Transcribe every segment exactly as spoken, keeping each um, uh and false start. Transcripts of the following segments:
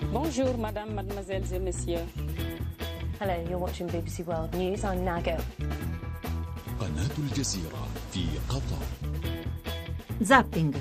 Bonjour, madame, mademoiselles et messieurs. Hello, you're watching B B C World News. I'm Nago. قناة الجزيرة في قطر. Zapping.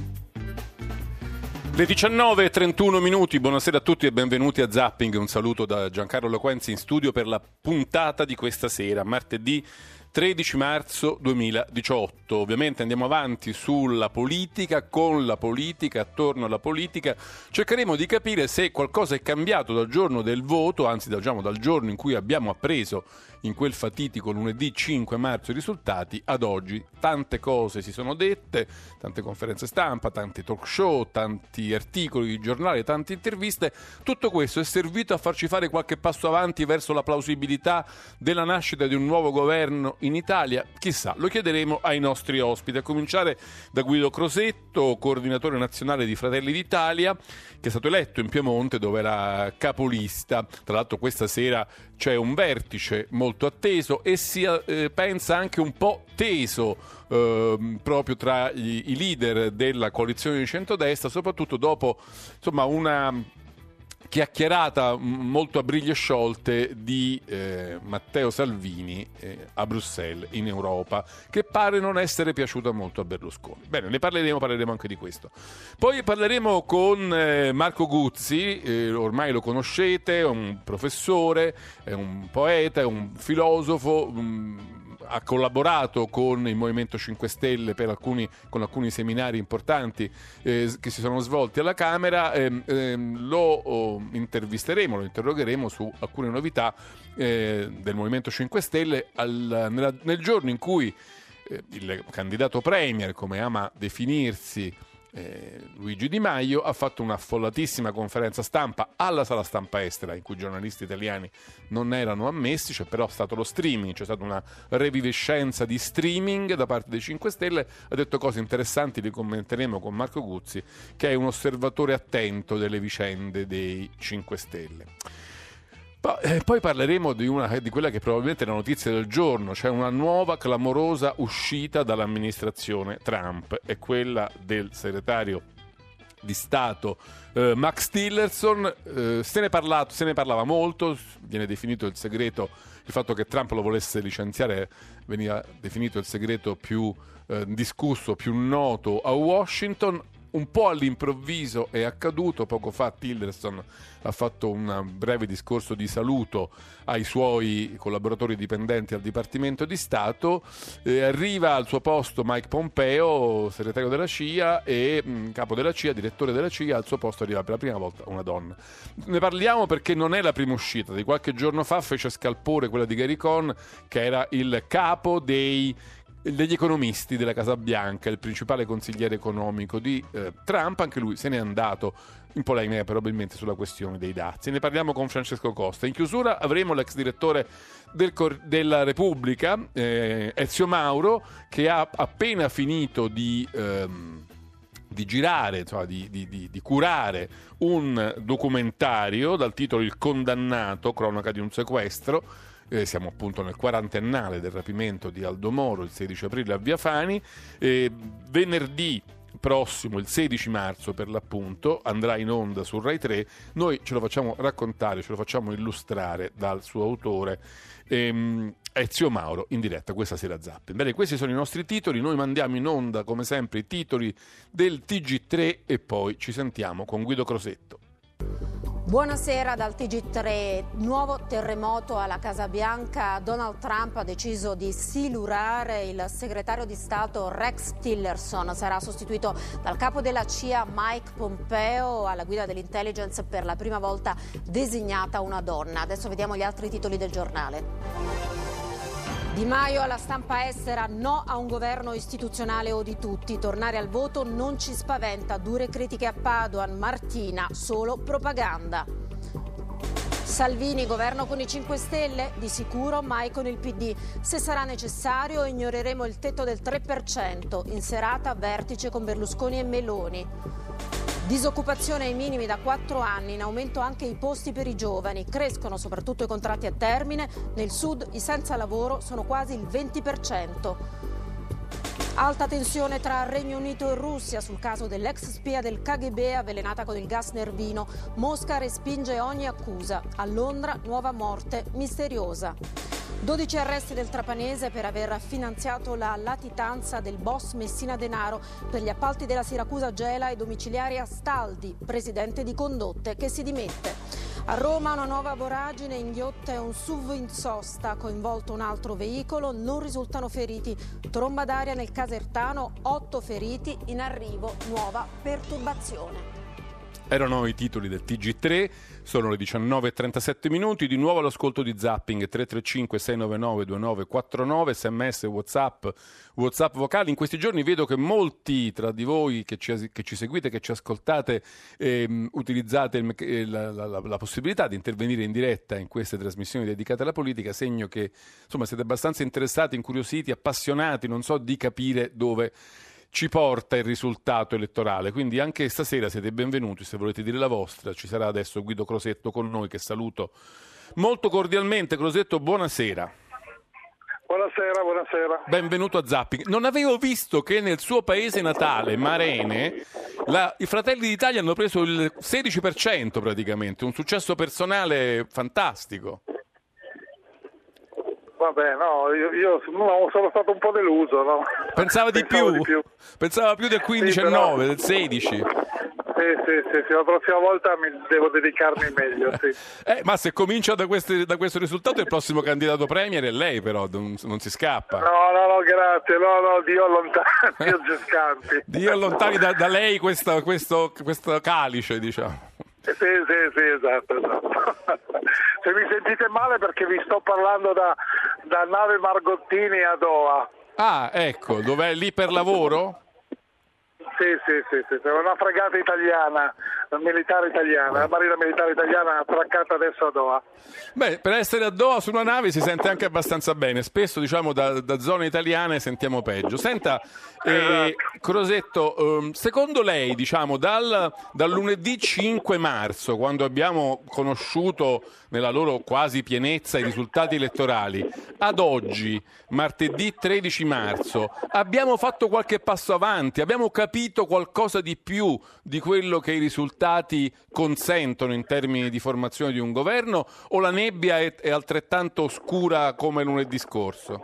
Le diciannove e trentuno minuti, buonasera a tutti e benvenuti a Zapping. Un saluto da Giancarlo Loquenzi in studio per la puntata di questa sera, martedì tredici marzo duemiladiciotto. Ovviamente andiamo avanti sulla politica, con la politica, attorno alla politica. Cercheremo di capire se qualcosa è cambiato dal giorno del voto, anzi diciamo dal giorno in cui abbiamo appreso in quel fatitico lunedì cinque marzo i risultati ad oggi. Tante cose si sono dette, tante conferenze stampa, tanti talk show, tanti articoli di giornale, tante interviste. Tutto questo è servito a farci fare qualche passo avanti verso la plausibilità della nascita di un nuovo governo in Italia? Chissà, lo chiederemo ai nostri ospiti, a cominciare da Guido Crosetto, coordinatore nazionale di Fratelli d'Italia, che è stato eletto in Piemonte dove era capolista. Tra l'altro questa sera c'è un vertice molto atteso e si eh, pensa anche un po' teso eh, proprio tra i, i leader della coalizione di centrodestra, soprattutto dopo insomma una chiacchierata molto a briglie sciolte di eh, Matteo Salvini eh, a Bruxelles in Europa, che pare non essere piaciuta molto a Berlusconi. Bene, ne parleremo, parleremo anche di questo. Poi parleremo con eh, Marco Guzzi, eh, ormai lo conoscete, è un professore, è un poeta, è un filosofo, um, ha collaborato con il Movimento cinque Stelle per alcuni, con alcuni seminari importanti eh, che si sono svolti alla Camera. Eh, eh, lo oh, intervisteremo, lo interrogheremo su alcune novità eh, del Movimento cinque Stelle al, nella, nel giorno in cui eh, il candidato premier, come ama definirsi, Eh, Luigi Di Maio, ha fatto una affollatissima conferenza stampa alla sala stampa estera in cui i giornalisti italiani non erano ammessi, c'è però stato lo streaming, c'è stata una revivescenza di streaming da parte dei cinque Stelle. Ha detto cose interessanti, le commenteremo con Marco Guzzi, che è un osservatore attento delle vicende dei cinque Stelle. Poi parleremo di, una, di quella che probabilmente è la notizia del giorno, cioè una nuova clamorosa uscita dall'amministrazione Trump, è quella del segretario di Stato eh, Max Tillerson. Eh, se ne, parlato, se ne parlava molto, viene definito il segreto, il fatto che Trump lo volesse licenziare veniva definito il segreto più eh, discusso, più noto a Washington. Un po' all'improvviso è accaduto. Poco fa Tillerson ha fatto un breve discorso di saluto ai suoi collaboratori dipendenti al Dipartimento di Stato. Eh, arriva al suo posto Mike Pompeo, segretario della C I A e mh, capo della C I A, direttore della C I A. Al suo posto arriva per la prima volta una donna. Ne parliamo perché non è la prima uscita. Di qualche giorno fa fece scalpore quella di Gary Cohn, che era il capo dei degli economisti della Casa Bianca, il principale consigliere economico di eh, Trump. Anche lui se n'è andato in polemica probabilmente sulla questione dei dazi. Ne parliamo con Francesco Costa. In chiusura avremo l'ex direttore del Cor- della Repubblica, eh, Ezio Mauro, che ha appena finito di ehm, di girare, insomma, di, di, di, di curare un documentario dal titolo Il condannato, cronaca di un sequestro. Eh, siamo appunto nel quarantennale del rapimento di Aldo Moro, il sedici aprile a Via Fani. Eh, venerdì prossimo, il sedici marzo per l'appunto, andrà in onda su Rai tre. Noi ce lo facciamo raccontare, ce lo facciamo illustrare dal suo autore, ehm, Ezio Mauro, in diretta questa sera a Zapping. Bene, questi sono i nostri titoli. Noi mandiamo in onda come sempre i titoli del T G tre e poi ci sentiamo con Guido Crosetto. Buonasera dal T G tre. Nuovo terremoto alla Casa Bianca. Donald Trump ha deciso di silurare il segretario di Stato Rex Tillerson. Sarà sostituito dal capo della C I A Mike Pompeo, alla guida dell'intelligence per la prima volta designata una donna. Adesso vediamo gli altri titoli del giornale. Di Maio alla stampa estera, no a un governo istituzionale o di tutti. Tornare al voto non ci spaventa. Dure critiche a Padoan. Martina, solo propaganda. Salvini, governo con i cinque Stelle? Di sicuro mai con il P D. Se sarà necessario ignoreremo il tetto del tre per cento. In serata vertice con Berlusconi e Meloni. Disoccupazione ai minimi da quattro anni, in aumento anche i posti per i giovani. Crescono soprattutto i contratti a termine. Nel sud i senza lavoro sono quasi il venti per cento. Alta tensione tra Regno Unito e Russia sul caso dell'ex spia del K G B avvelenata con il gas nervino. Mosca respinge ogni accusa. A Londra nuova morte misteriosa. dodici arresti del trapanese per aver finanziato la latitanza del boss Messina Denaro per gli appalti della Siracusa Gela e domiciliari Astaldi, presidente di Condotte, che si dimette. A Roma una nuova voragine, inghiotta un S U V in sosta, coinvolto un altro veicolo, non risultano feriti. Tromba d'aria nel Casertano, otto feriti, in arrivo nuova perturbazione. Erano i titoli del T G tre, sono le diciannove e trentasette minuti, di nuovo all'ascolto di Zapping. Tre tre cinque sei nove nove due nove quattro nove, sms, whatsapp, whatsapp vocali. In questi giorni vedo che molti tra di voi che ci, che ci seguite, che ci ascoltate, ehm, utilizzate il, la, la, la, la possibilità di intervenire in diretta in queste trasmissioni dedicate alla politica, segno che insomma siete abbastanza interessati, incuriositi, appassionati, non so, di capire dove ci porta il risultato elettorale. Quindi anche stasera siete benvenuti, se volete dire la vostra. Ci sarà adesso Guido Crosetto con noi, che saluto molto cordialmente. Crosetto, buonasera. Buonasera, buonasera. Benvenuto a Zapping. Non avevo visto che nel suo paese natale, Marene, la, i Fratelli d'Italia hanno preso il sedici per cento praticamente, un successo personale fantastico. Vabbè, no, io, io no, sono stato un po' deluso, no? Pensava di, Pensavo più. di più. Pensava più del quindici e Sì, però... nove, del sedici. Sì, sì, sì, sì, la prossima volta mi devo dedicarmi meglio, sì. eh, ma se comincia da, queste, da questo risultato, il prossimo candidato premier è lei, però non, non si scappa. No, no, no, grazie, no, no, Dio allontani, Dio Gescanti. Dio allontani da, da lei questa, questo, questo calice, diciamo. Sì, sì, sì, esatto, esatto. Se mi sentite male perché vi sto parlando da, da nave Margottini a Doha. Ah, ecco, dov'è lì per lavoro? Sì, sì, sì, sì, è una fregata italiana, militare italiana, la marina militare italiana attraccata adesso a Doha. Beh, per essere a Doha su una nave si sente anche abbastanza bene, spesso diciamo da, da zone italiane sentiamo peggio. Senta, eh, Crosetto, eh, secondo lei, diciamo, dal, dal lunedì cinque marzo, quando abbiamo conosciuto nella loro quasi pienezza i risultati elettorali, ad oggi, martedì tredici marzo, abbiamo fatto qualche passo avanti, abbiamo capito qualcosa di più di quello che i risultati consentono in termini di formazione di un governo, o la nebbia è, è altrettanto oscura come lunedì scorso?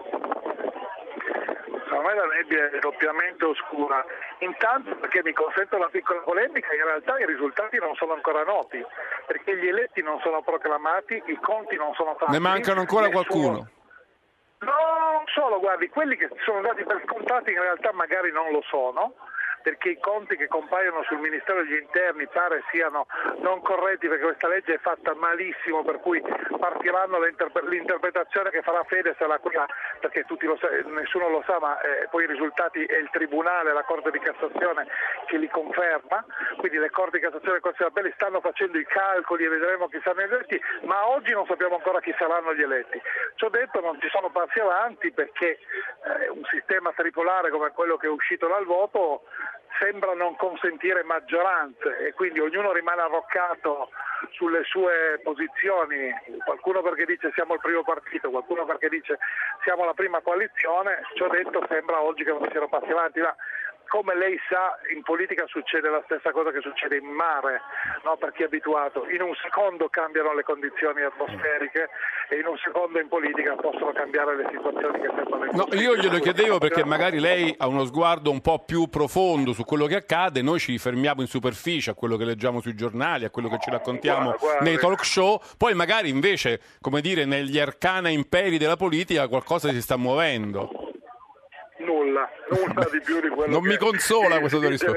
Secondo me la nebbia è doppiamente oscura. Intanto, perché mi consento una piccola polemica, in realtà i risultati non sono ancora noti, perché gli eletti non sono proclamati, i conti non sono fatti. Ne mancano ancora nessuno... qualcuno? No, non solo, guardi, quelli che sono dati per scontati in realtà magari non lo sono, perché i conti che compaiono sul Ministero degli Interni pare siano non corretti, perché questa legge è fatta malissimo, per cui partiranno l'interpretazione che farà Fedez alla quella, perché tutti lo sa, nessuno lo sa, ma eh, poi i risultati è il Tribunale, la Corte di Cassazione che li conferma, quindi le Corti di Cassazione e le Corti di Appello stanno facendo i calcoli e vedremo chi saranno gli eletti, ma oggi non sappiamo ancora chi saranno gli eletti. Ciò detto, non ci sono passi avanti, perché eh, un sistema tripolare come quello che è uscito dal voto sembra non consentire maggioranze, e quindi ognuno rimane arroccato sulle sue posizioni, qualcuno perché dice siamo il primo partito, qualcuno perché dice siamo la prima coalizione. Ciò detto, sembra oggi che non ci siano passi avanti, ma come lei sa, in politica succede la stessa cosa che succede in mare, no? Per chi è abituato. In un secondo cambiano le condizioni atmosferiche e in un secondo in politica possono cambiare le situazioni che sembrano impossibili. No, io glielo chiedevo perché magari lei ha uno sguardo un po' più profondo su quello che accade, noi ci fermiamo in superficie a quello che leggiamo sui giornali, a quello che ci raccontiamo guarda, guarda. nei talk show, poi magari invece, come dire, negli arcana imperi della politica qualcosa si sta muovendo. Nulla, nulla di più di quello non che... mi consola questo tuo risposta.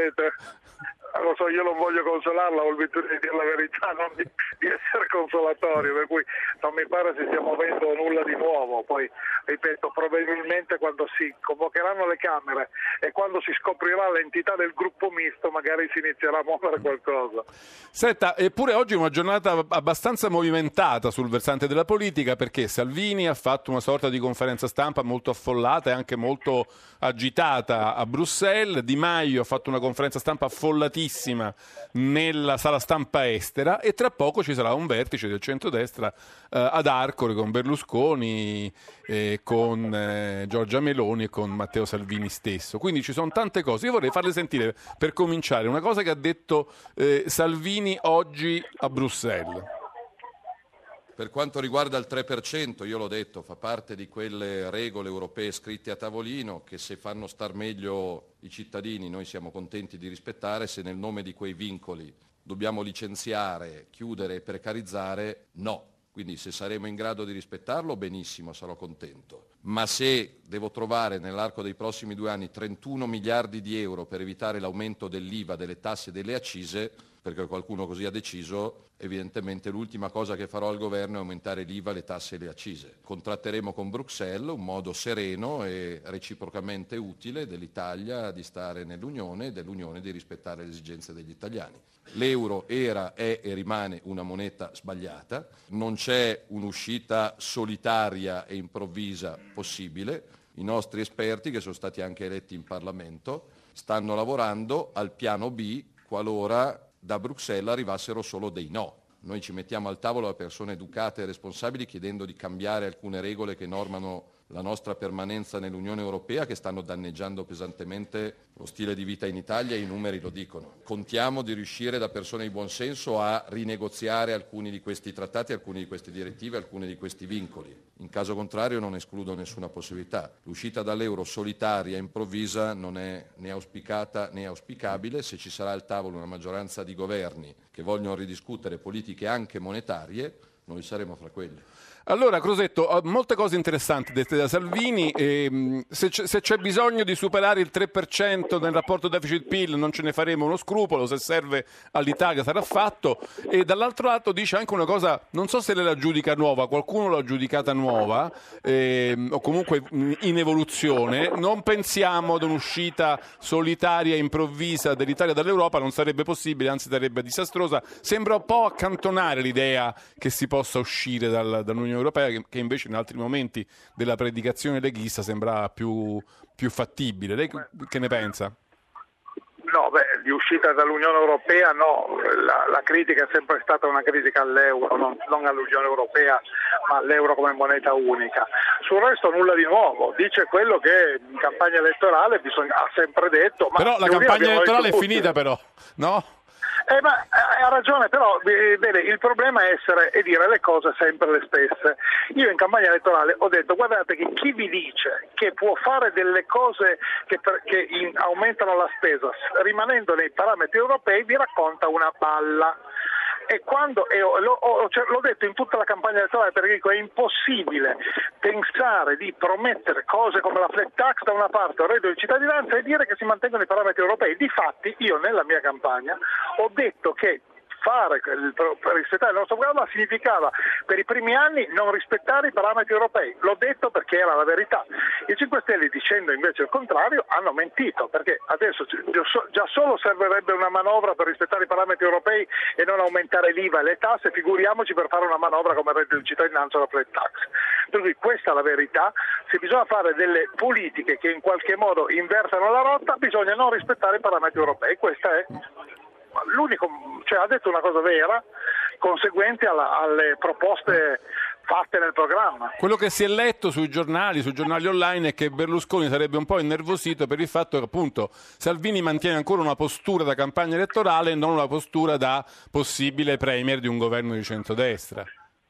Lo so, io non voglio consolarla, ho il bisogno di dire la verità, non di, di essere consolatorio, per cui non mi pare si stia muovendo nulla di nuovo. Poi, ripeto, probabilmente quando si convocheranno le Camere e quando si scoprirà l'entità del gruppo misto, magari si inizierà a muovere qualcosa. Senta, eppure oggi è una giornata abbastanza movimentata sul versante della politica, perché Salvini ha fatto una sorta di conferenza stampa molto affollata e anche molto agitata a Bruxelles, Di Maio ha fatto una conferenza stampa affollatissima caldissima nella sala stampa estera, e tra poco ci sarà un vertice del centrodestra eh, ad Arcore con Berlusconi, eh, con eh, Giorgia Meloni e con Matteo Salvini stesso. Quindi ci sono tante cose. Io vorrei farle sentire, per cominciare, una cosa che ha detto eh, Salvini oggi a Bruxelles. Per quanto riguarda il tre per cento, io l'ho detto, fa parte di quelle regole europee scritte a tavolino che, se fanno star meglio i cittadini, noi siamo contenti di rispettare. Se nel nome di quei vincoli dobbiamo licenziare, chiudere e precarizzare, no. Quindi se saremo in grado di rispettarlo, benissimo, sarò contento. Ma se devo trovare nell'arco dei prossimi due anni trentuno miliardi di euro per evitare l'aumento dell'I V A, delle tasse e delle accise, perché qualcuno così ha deciso, evidentemente l'ultima cosa che farò al governo è aumentare l'I V A, le tasse e le accise. Contratteremo con Bruxelles un modo sereno e reciprocamente utile dell'Italia di stare nell'Unione e dell'Unione di rispettare le esigenze degli italiani. L'euro era, è e rimane una moneta sbagliata, non c'è un'uscita solitaria e improvvisa possibile. I nostri esperti, che sono stati anche eletti in Parlamento, stanno lavorando al piano B qualora da Bruxelles arrivassero solo dei no. Noi ci mettiamo al tavolo a persone educate e responsabili chiedendo di cambiare alcune regole che normano la nostra permanenza nell'Unione Europea, che stanno danneggiando pesantemente lo stile di vita in Italia, e i numeri lo dicono. Contiamo di riuscire da persone di buon senso a rinegoziare alcuni di questi trattati, alcune di queste direttive, alcuni di questi vincoli. In caso contrario non escludo nessuna possibilità. L'uscita dall'euro solitaria e improvvisa non è né auspicata né auspicabile. Se ci sarà al tavolo una maggioranza di governi che vogliono ridiscutere politiche anche monetarie, noi saremo fra quelli. Allora, Crosetto, molte cose interessanti dette da Salvini. E, se, c- se c'è bisogno di superare il tre per cento nel rapporto deficit-P I L non ce ne faremo uno scrupolo, se serve all'Italia sarà fatto. E dall'altro lato dice anche una cosa, non so se lei la giudica nuova, qualcuno l'ha giudicata nuova, eh, o comunque in evoluzione. Non pensiamo ad un'uscita solitaria e improvvisa dell'Italia dall'Europa, non sarebbe possibile, anzi sarebbe disastrosa. Sembra un po' accantonare l'idea che si possa uscire dal, dall'Unione Europea, che, che invece in altri momenti della predicazione leghista sembra più, più fattibile. Lei che ne pensa? No, beh, di uscita dall'Unione Europea no, la, la critica è sempre stata una critica all'euro, non, non all'Unione Europea, ma all'euro come moneta unica. Sul resto nulla di nuovo, dice quello che in campagna elettorale bisogna, ha sempre detto. Ma però la campagna elettorale è finita, però, no? Eh, ma ha ragione, però vede, il problema è essere e dire le cose sempre le stesse. Io in campagna elettorale ho detto: guardate che chi vi dice che può fare delle cose che, per, che in, aumentano la spesa rimanendo nei parametri europei vi racconta una balla. E quando e ho, l'ho, l'ho detto in tutta la campagna elettorale, perché dico è impossibile pensare di promettere cose come la flat tax da una parte o il reddito di cittadinanza e dire che si mantengono i parametri europei. Difatti io nella mia campagna ho detto che fare per rispettare il nostro programma significava per i primi anni non rispettare i parametri europei. L'ho detto perché era la verità. I cinque Stelle, dicendo invece il contrario, hanno mentito, perché adesso già solo servirebbe una manovra per rispettare i parametri europei e non aumentare l'I V A e le tasse, figuriamoci per fare una manovra come il reddito di cittadinanza o la flat tax. Per cui questa è la verità. Se bisogna fare delle politiche che in qualche modo invertano la rotta, bisogna non rispettare i parametri europei. Questa è l'unico, cioè ha detto una cosa vera, conseguente alla, alle proposte fatte nel programma. Quello che si è letto sui giornali, sui giornali online, è che Berlusconi sarebbe un po' innervosito per il fatto che appunto Salvini mantiene ancora una postura da campagna elettorale e non una postura da possibile premier di un governo di centrodestra.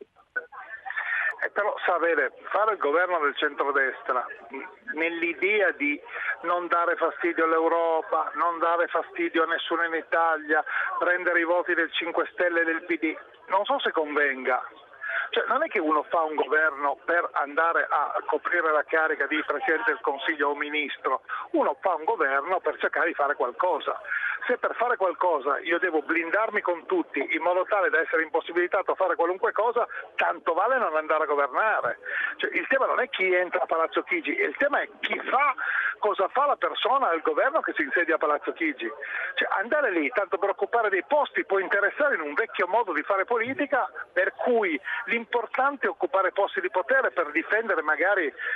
Eh, però sa, vede, fare il governo del centrodestra nell'idea di non dare fastidio all'Europa, non dare fastidio a nessuno in Italia, prendere i voti del cinque Stelle e del P D, non so se convenga. Cioè, non è che uno fa un governo per andare a coprire la carica di Presidente del Consiglio o Ministro, uno fa un governo per cercare di fare qualcosa. Se per fare qualcosa io devo blindarmi con tutti in modo tale da essere impossibilitato a fare qualunque cosa, tanto vale non andare a governare. Cioè, il tema non è chi entra a Palazzo Chigi, il tema è chi fa, cosa fa la persona al governo che si insedia a Palazzo Chigi. Cioè, andare lì tanto per occupare dei posti può interessare in un vecchio modo di fare politica, per cui l'importante è occupare posti di potere per difendere magari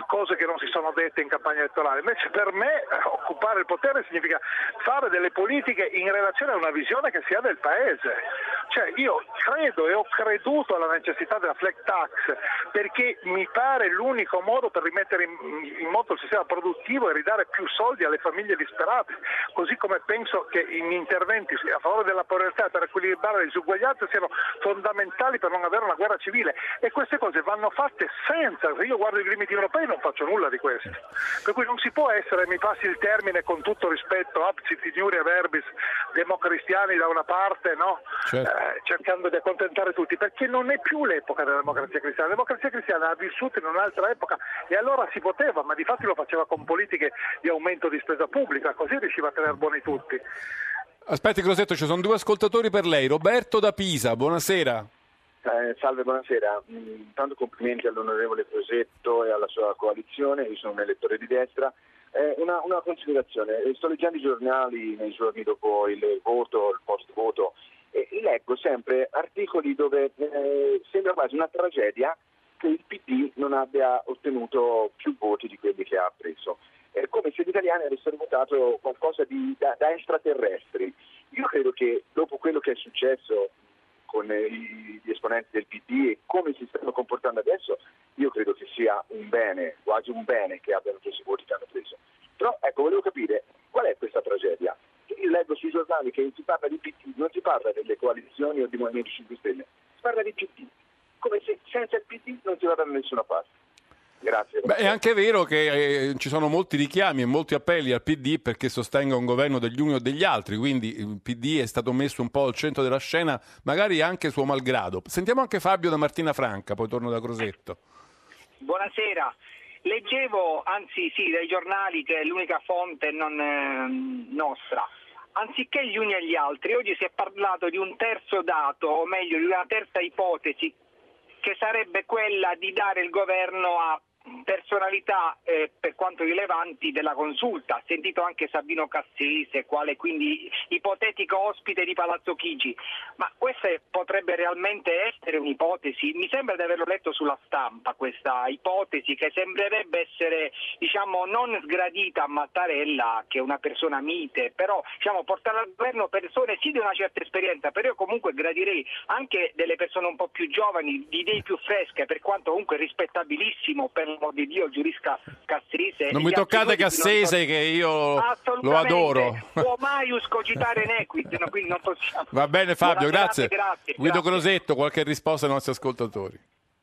cose che non si sono dette in campagna elettorale. Invece per me occupare il potere significa fare delle politiche in relazione a una visione che sia del Paese. Cioè io credo e ho creduto alla necessità della flat tax perché mi pare l'unico modo per rimettere in, in moto il sistema produttivo e ridare più soldi alle famiglie disperate, così come penso che gli interventi a favore della povertà per equilibrare le disuguaglianze siano fondamentali per non avere una guerra civile, e queste cose vanno fatte senza, se io guardo i limiti europei non faccio nulla di questo, per cui non si può essere, mi passi il termine con tutto rispetto, absit iuria verbis, democristiani da una parte, no? Certo. Eh, cercando di accontentare tutti, perché non è più l'epoca della democrazia cristiana. La democrazia cristiana ha vissuto in un'altra epoca e allora si poteva, ma di fatto lo faceva con politiche di aumento di spesa pubblica, così riusciva a tenere buoni tutti. Aspetti Crosetto, ci sono due ascoltatori per lei. Roberto da Pisa, buonasera. Eh, salve, buonasera. Intanto complimenti all'onorevole Crosetto e alla sua coalizione, io sono un elettore di destra. Eh, una, una considerazione, sto leggendo i giornali nei giorni dopo il voto, il post voto, e leggo sempre articoli dove eh, sembra quasi una tragedia che il P D non abbia ottenuto più voti di quelli che ha preso. È come se gli italiani avessero votato qualcosa di, da, da extraterrestri. Io credo che dopo quello che è successo con i, gli esponenti del P D e come si stanno comportando adesso, io credo che sia un bene, quasi un bene che abbiano preso i voti che hanno preso. Però ecco, volevo capire qual è questa tragedia. Io leggo sui giornali che si parla di P D, non si parla delle coalizioni o di Movimento cinque Stelle, si parla di P D, come se senza il P D non si vada da nessuna parte. Grazie. Beh, è anche vero che eh, ci sono molti richiami e molti appelli al P D perché sostenga un governo degli uni o degli altri, quindi il P D è stato messo un po' al centro della scena, magari anche suo malgrado. Sentiamo anche Fabio da Martina Franca, poi torno da Crosetto. Buonasera. Leggevo, anzi sì, dai giornali, che è l'unica fonte non eh, nostra. Anziché gli uni e gli altri, oggi si è parlato di un terzo dato, o meglio di una terza ipotesi, che sarebbe quella di dare il governo a personalità eh, per quanto rilevanti della consulta. Ha sentito anche Sabino Cassese, quale quindi ipotetico ospite di Palazzo Chigi, ma questa potrebbe realmente essere un'ipotesi? Mi sembra di averlo letto sulla stampa, questa ipotesi che sembrerebbe essere, diciamo, non sgradita a Mattarella, che è una persona mite, però diciamo portare al governo persone sì di una certa esperienza, però io comunque gradirei anche delle persone un po' più giovani, di idee più fresche, per quanto comunque rispettabilissimo per l'amor di Dio il giurista Cassese. Non mi toccate Cassese non... che io lo adoro. Può Maius cogitare nequit, no, quindi non possiamo. Va bene Fabio, Buona grazie. Serata, grazie. Guido Grazie. Crosetto, qualche risposta ai nostri ascoltatori?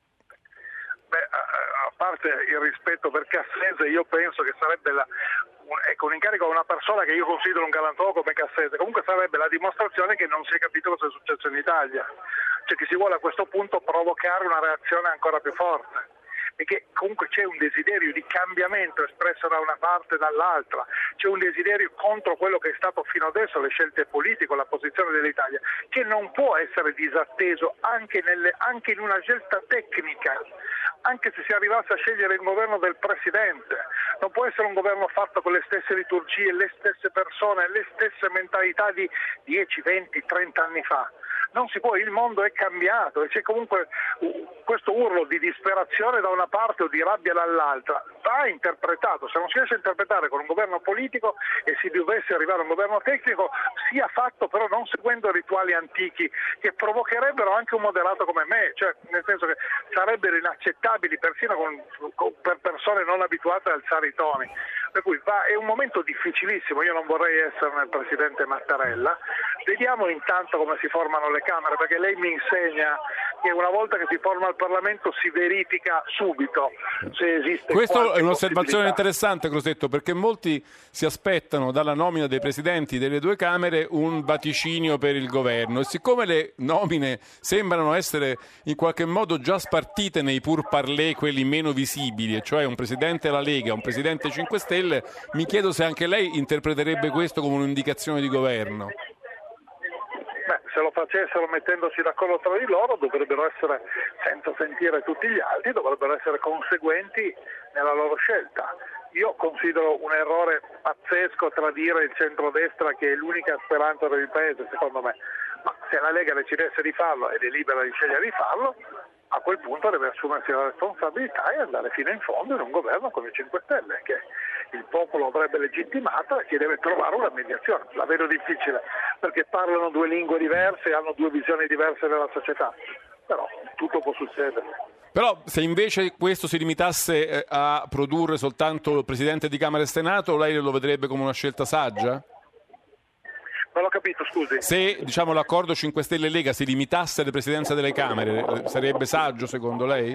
Beh, a parte il rispetto per Cassese, io penso che sarebbe la, ecco, un incarico a una persona che io considero un galantuomo come Cassese, comunque sarebbe la dimostrazione che non si è capito cosa è successo in Italia, cioè che si vuole a questo punto provocare una reazione ancora più forte, perché comunque c'è un desiderio di cambiamento espresso da una parte e dall'altra, c'è un desiderio contro quello che è stato fino adesso le scelte politiche, la posizione dell'Italia, che non può essere disatteso anche, nelle, anche in una scelta tecnica, anche se si arrivasse a scegliere il governo del Presidente. Non può essere un governo fatto con le stesse liturgie, le stesse persone, le stesse mentalità di dieci, venti, trenta anni fa. Non si può, il mondo è cambiato e c'è comunque questo urlo di disperazione da una parte o di rabbia dall'altra. Va interpretato, se non si riesce a interpretare con un governo politico e si dovesse arrivare a un governo tecnico, sia fatto però non seguendo rituali antichi che provocherebbero anche un moderato come me, cioè nel senso che sarebbero inaccettabili persino con, con, per persone non abituate ad alzare i toni. Per cui va, è un momento difficilissimo, io non vorrei essere nel Presidente Mattarella. Vediamo intanto come si formano le Camere, perché lei mi insegna che una volta che si forma il Parlamento si verifica subito se esiste. Questa è un'osservazione interessante, Crosetto, perché molti si aspettano dalla nomina dei presidenti delle due Camere un vaticinio per il governo, e siccome le nomine sembrano essere in qualche modo già spartite nei pourparlers, quelli meno visibili, e cioè un presidente della Lega, un presidente cinque Stelle, mi chiedo se anche lei interpreterebbe questo come un'indicazione di governo. Se lo facessero mettendosi d'accordo tra di loro dovrebbero essere, senza sentire tutti gli altri, dovrebbero essere conseguenti nella loro scelta. Io considero un errore pazzesco tradire il centrodestra, che è l'unica speranza per il Paese, secondo me. Ma se la Lega decidesse di farlo ed è libera di scegliere di farlo, a quel punto deve assumersi la responsabilità e andare fino in fondo in un governo con i cinque Stelle, che il popolo avrebbe legittimato e che deve trovare una mediazione. La vedo difficile, perché parlano due lingue diverse e hanno due visioni diverse della società, però tutto può succedere. Però se invece questo si limitasse a produrre soltanto il Presidente di Camera e Senato, lei lo vedrebbe come una scelta saggia? Non ho capito, scusi. Se diciamo l'accordo cinque Stelle e Lega si limitasse alle presidenze delle Camere, sarebbe saggio secondo lei?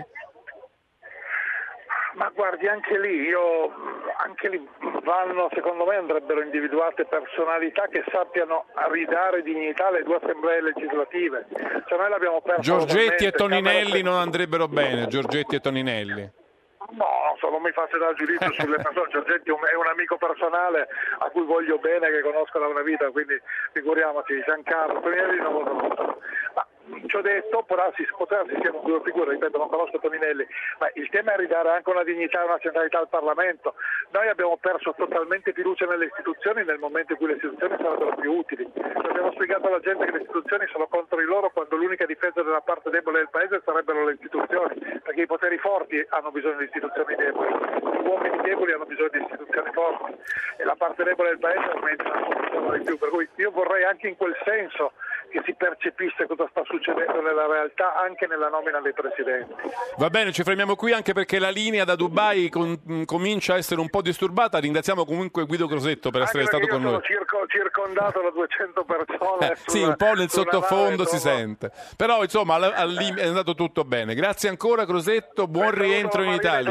Ma guardi, anche lì, io, anche lì vanno, secondo me andrebbero individuate personalità che sappiano ridare dignità alle due assemblee legislative. Cioè noi l'abbiamo perso. Giorgetti e Toninelli non andrebbero bene, Giorgetti e Toninelli. No, non so, non mi faccio dare giudizio sulle persone. Giorgetti è un amico personale a cui voglio bene, che conosco da una vita, quindi figuriamoci, Giancarlo, Toninelli non lo conosco. Ma ci ho detto, però si potrà, si siano due figure, ripeto, non conosco Toninelli, ma il tema è ridare anche una dignità e una centralità al Parlamento. Noi abbiamo perso totalmente fiducia nelle istituzioni nel momento in cui le istituzioni sarebbero più utili. Abbiamo spiegato alla gente che le istituzioni sono contro di loro, quando l'unica difesa della parte debole del paese sarebbero le istituzioni, perché i poteri forti hanno bisogno di istituzioni deboli, gli uomini deboli hanno bisogno di istituzioni forti e la parte debole del paese ormai non ha di più. Per cui io vorrei anche in quel senso che si percepisse cosa sta succedendo nella realtà anche nella nomina dei presidenti. Va bene, ci fermiamo qui anche perché la linea da Dubai con, comincia a essere un po' disturbata. Ringraziamo comunque Guido Crosetto per anche essere stato con noi. Sono circo, circondato da duecento persone. Eh, sì, un po' nel sottofondo si sente. Però insomma al, al, è andato tutto bene. Grazie ancora Crosetto, buon Benvenuto rientro in Italia.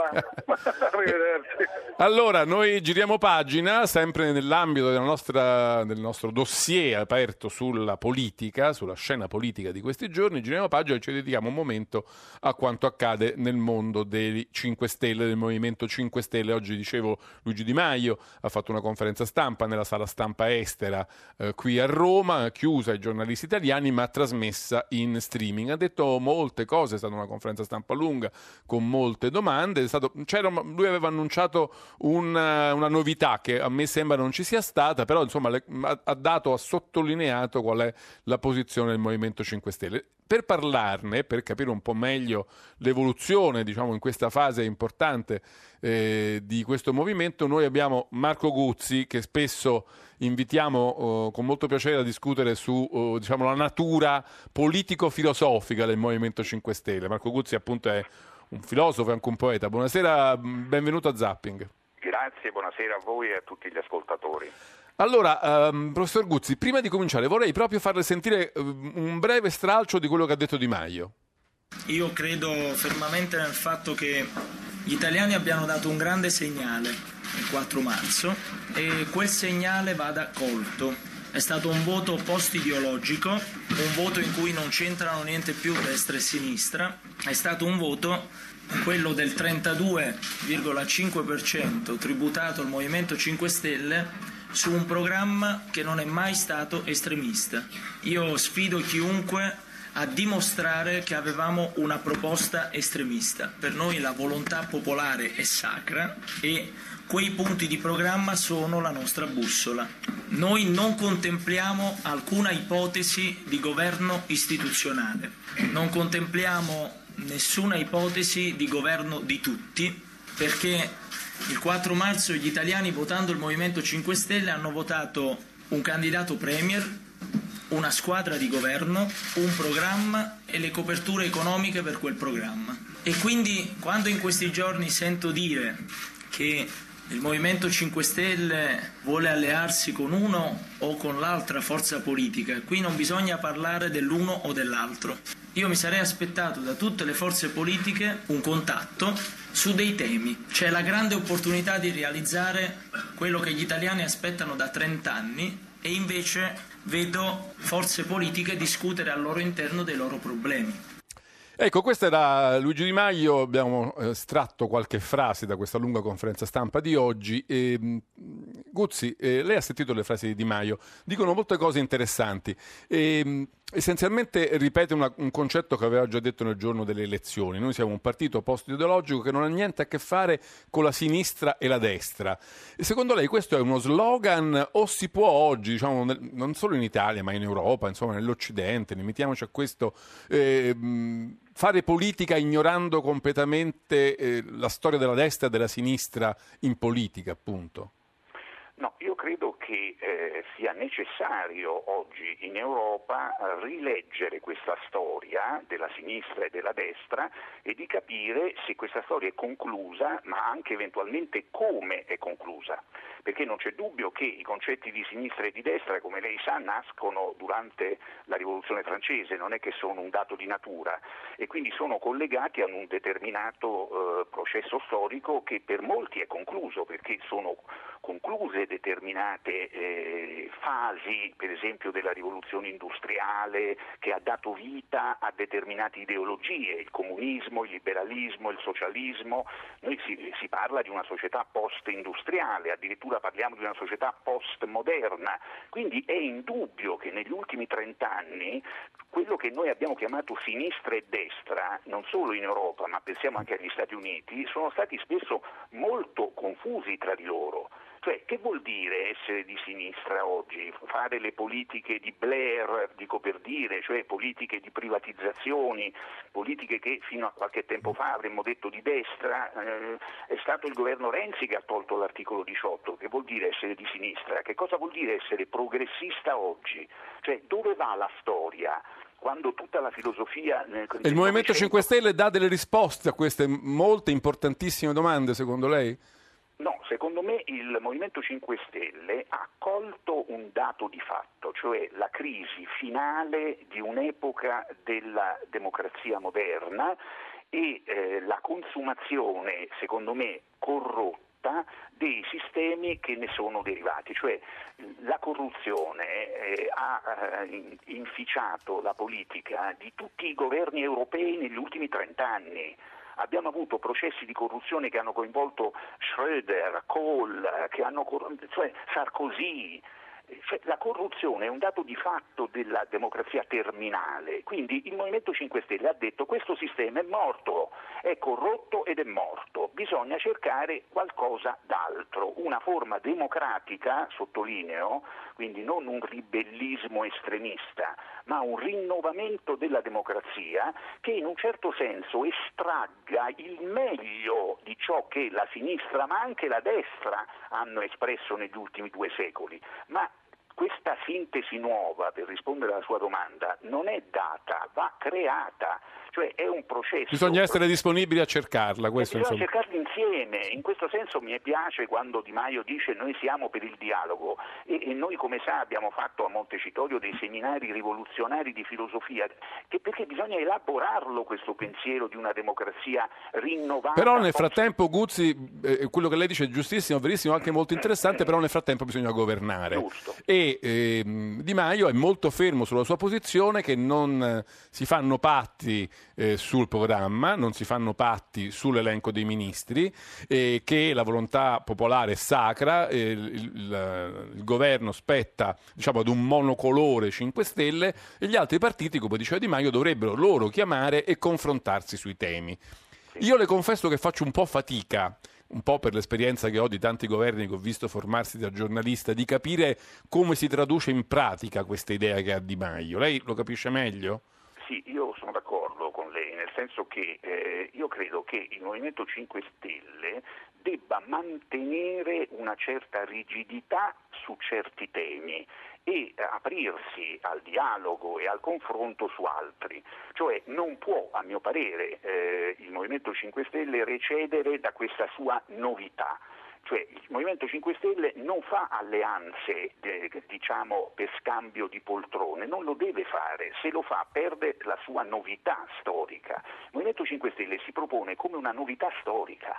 Arrivederci. Allora, noi giriamo pagina sempre nell'ambito della nostra, del nostro dossier aperto sulla politica, sulla scena politica di questi giorni. Giriamo pagina e ci dedichiamo un momento a quanto accade nel mondo dei cinque Stelle, del Movimento cinque Stelle. Oggi dicevo Luigi Di Maio ha fatto una conferenza stampa nella sala stampa estera eh, qui a Roma, chiusa ai giornalisti italiani ma trasmessa in streaming. Ha detto molte cose, è stata una conferenza stampa lunga con molte domande. È stato, c'era, lui aveva annunciato una, una novità che a me sembra non ci sia stata, però insomma le, ha, ha dato, ha sottolineato qual è la posizione del Movimento cinque Stelle. Per parlarne, per capire un po' meglio l'evoluzione, diciamo, in questa fase importante eh, di questo movimento, noi abbiamo Marco Guzzi, che spesso invitiamo oh, con molto piacere a discutere su oh, diciamo, la natura politico-filosofica del Movimento cinque Stelle. Marco Guzzi appunto è un filosofo e anche un poeta. Buonasera, benvenuto a Zapping. Grazie, buonasera a voi e a tutti gli ascoltatori. Allora, um, professor Guzzi, prima di cominciare vorrei proprio farle sentire um, un breve stralcio di quello che ha detto Di Maio. Io credo fermamente nel fatto che gli italiani abbiano dato un grande segnale il quattro marzo e quel segnale vada colto. È stato un voto post-ideologico, un voto in cui non c'entrano niente più destra e sinistra, è stato un voto, quello del trentadue virgola cinque per cento tributato al Movimento cinque Stelle, su un programma che non è mai stato estremista. Io sfido chiunque a dimostrare che avevamo una proposta estremista. Per noi la volontà popolare è sacra e quei punti di programma sono la nostra bussola. Noi non contempliamo alcuna ipotesi di governo istituzionale, non contempliamo nessuna ipotesi di governo di tutti, perché il quattro marzo gli italiani, votando il Movimento cinque Stelle, hanno votato un candidato premier, una squadra di governo, un programma e le coperture economiche per quel programma. E quindi quando in questi giorni sento dire che il Movimento cinque Stelle vuole allearsi con uno o con l'altra forza politica, qui non bisogna parlare dell'uno o dell'altro. Io mi sarei aspettato da tutte le forze politiche un contatto su dei temi. C'è la grande opportunità di realizzare quello che gli italiani aspettano da trent'anni e invece vedo forze politiche discutere al loro interno dei loro problemi. Ecco, questo era Luigi Di Maio, abbiamo estratto qualche frase da questa lunga conferenza stampa di oggi. E, Guzzi, eh, lei ha sentito le frasi di Di Maio, dicono molte cose interessanti. E, essenzialmente ripete una, un concetto che aveva già detto nel giorno delle elezioni. Noi siamo un partito post-ideologico che non ha niente a che fare con la sinistra e la destra. E secondo lei questo è uno slogan o si può oggi, diciamo, nel, non solo in Italia ma in Europa, insomma nell'Occidente, limitiamoci a questo, eh, fare politica ignorando completamente eh, la storia della destra e della sinistra in politica, appunto? No, io credo che eh, sia necessario oggi in Europa rileggere questa storia della sinistra e della destra e di capire se questa storia è conclusa, ma anche eventualmente come è conclusa. Perché non c'è dubbio che i concetti di sinistra e di destra, come lei sa, nascono durante la Rivoluzione francese, non è che sono un dato di natura, e quindi sono collegati a un determinato eh, processo storico che per molti è concluso, perché sono concluse determinate eh, fasi, per esempio della rivoluzione industriale, che ha dato vita a determinate ideologie, il comunismo, il liberalismo, il socialismo. Noi si, si parla di una società post-industriale, addirittura parliamo di una società post-moderna, quindi è indubbio che negli ultimi trent'anni quello che noi abbiamo chiamato sinistra e destra, non solo in Europa, ma pensiamo anche agli Stati Uniti, sono stati spesso molto confusi tra di loro. Cioè, che vuol dire essere di sinistra oggi? Fare le politiche di Blair, dico per dire, cioè politiche di privatizzazioni, politiche che fino a qualche tempo fa avremmo detto di destra. Eh, è stato il governo Renzi che ha tolto l'articolo diciotto. Che vuol dire essere di sinistra? Che cosa vuol dire essere progressista oggi? Cioè, dove va la storia? Quando tutta la filosofia... Nel, e il Movimento cinque Stelle dà delle risposte a queste molte importantissime domande, secondo lei? No, secondo me il Movimento cinque Stelle ha colto un dato di fatto, cioè la crisi finale di un'epoca della democrazia moderna e eh, la consumazione, secondo me, corrotta dei sistemi che ne sono derivati, cioè la corruzione eh, ha eh, inficiato la politica di tutti i governi europei negli ultimi trent'anni. Abbiamo avuto processi di corruzione che hanno coinvolto Schröder, Kohl, che hanno, cioè Sarkozy. Cioè, la corruzione è un dato di fatto della democrazia terminale, quindi il Movimento cinque Stelle ha detto questo sistema è morto, è corrotto ed è morto, bisogna cercare qualcosa d'altro, una forma democratica, sottolineo, quindi non un ribellismo estremista, ma un rinnovamento della democrazia che in un certo senso estragga il meglio di ciò che la sinistra ma anche la destra hanno espresso negli ultimi due secoli. Ma questa sintesi nuova, per rispondere alla sua domanda, non è data, va creata, cioè è un processo. Bisogna essere disponibili a cercarla. Questo, bisogna cercarla insieme. In questo senso mi piace quando Di Maio dice noi siamo per il dialogo e, e noi, come sa, abbiamo fatto a Montecitorio dei seminari rivoluzionari di filosofia, che perché bisogna elaborarlo questo pensiero di una democrazia rinnovata. Però nel frattempo, Guzzi, eh, quello che lei dice è giustissimo, verissimo, anche molto interessante, però nel frattempo bisogna governare. Giusto. E eh, Di Maio è molto fermo sulla sua posizione che non eh, si fanno patti eh, sul programma, non si fanno patti sull'elenco dei ministri, eh, che la volontà popolare è sacra, eh, il, il, il governo spetta, diciamo, ad un monocolore cinque Stelle e gli altri partiti, come diceva Di Maio, dovrebbero loro chiamare e confrontarsi sui temi. Io le confesso che faccio un po' fatica, un po' per l'esperienza che ho di tanti governi che ho visto formarsi da giornalista, di capire come si traduce in pratica questa idea che ha Di Maio. Lei lo capisce meglio? Sì, io sono d'accordo con lei, nel senso che eh, io credo che il Movimento cinque Stelle debba mantenere una certa rigidità su certi temi e aprirsi al dialogo e al confronto su altri. Cioè non può, a mio parere, eh, il Movimento cinque Stelle recedere da questa sua novità. Cioè il Movimento cinque Stelle non fa alleanze eh, diciamo per scambio di poltrone, non lo deve fare, se lo fa perde la sua novità storica. Il Movimento cinque Stelle si propone come una novità storica,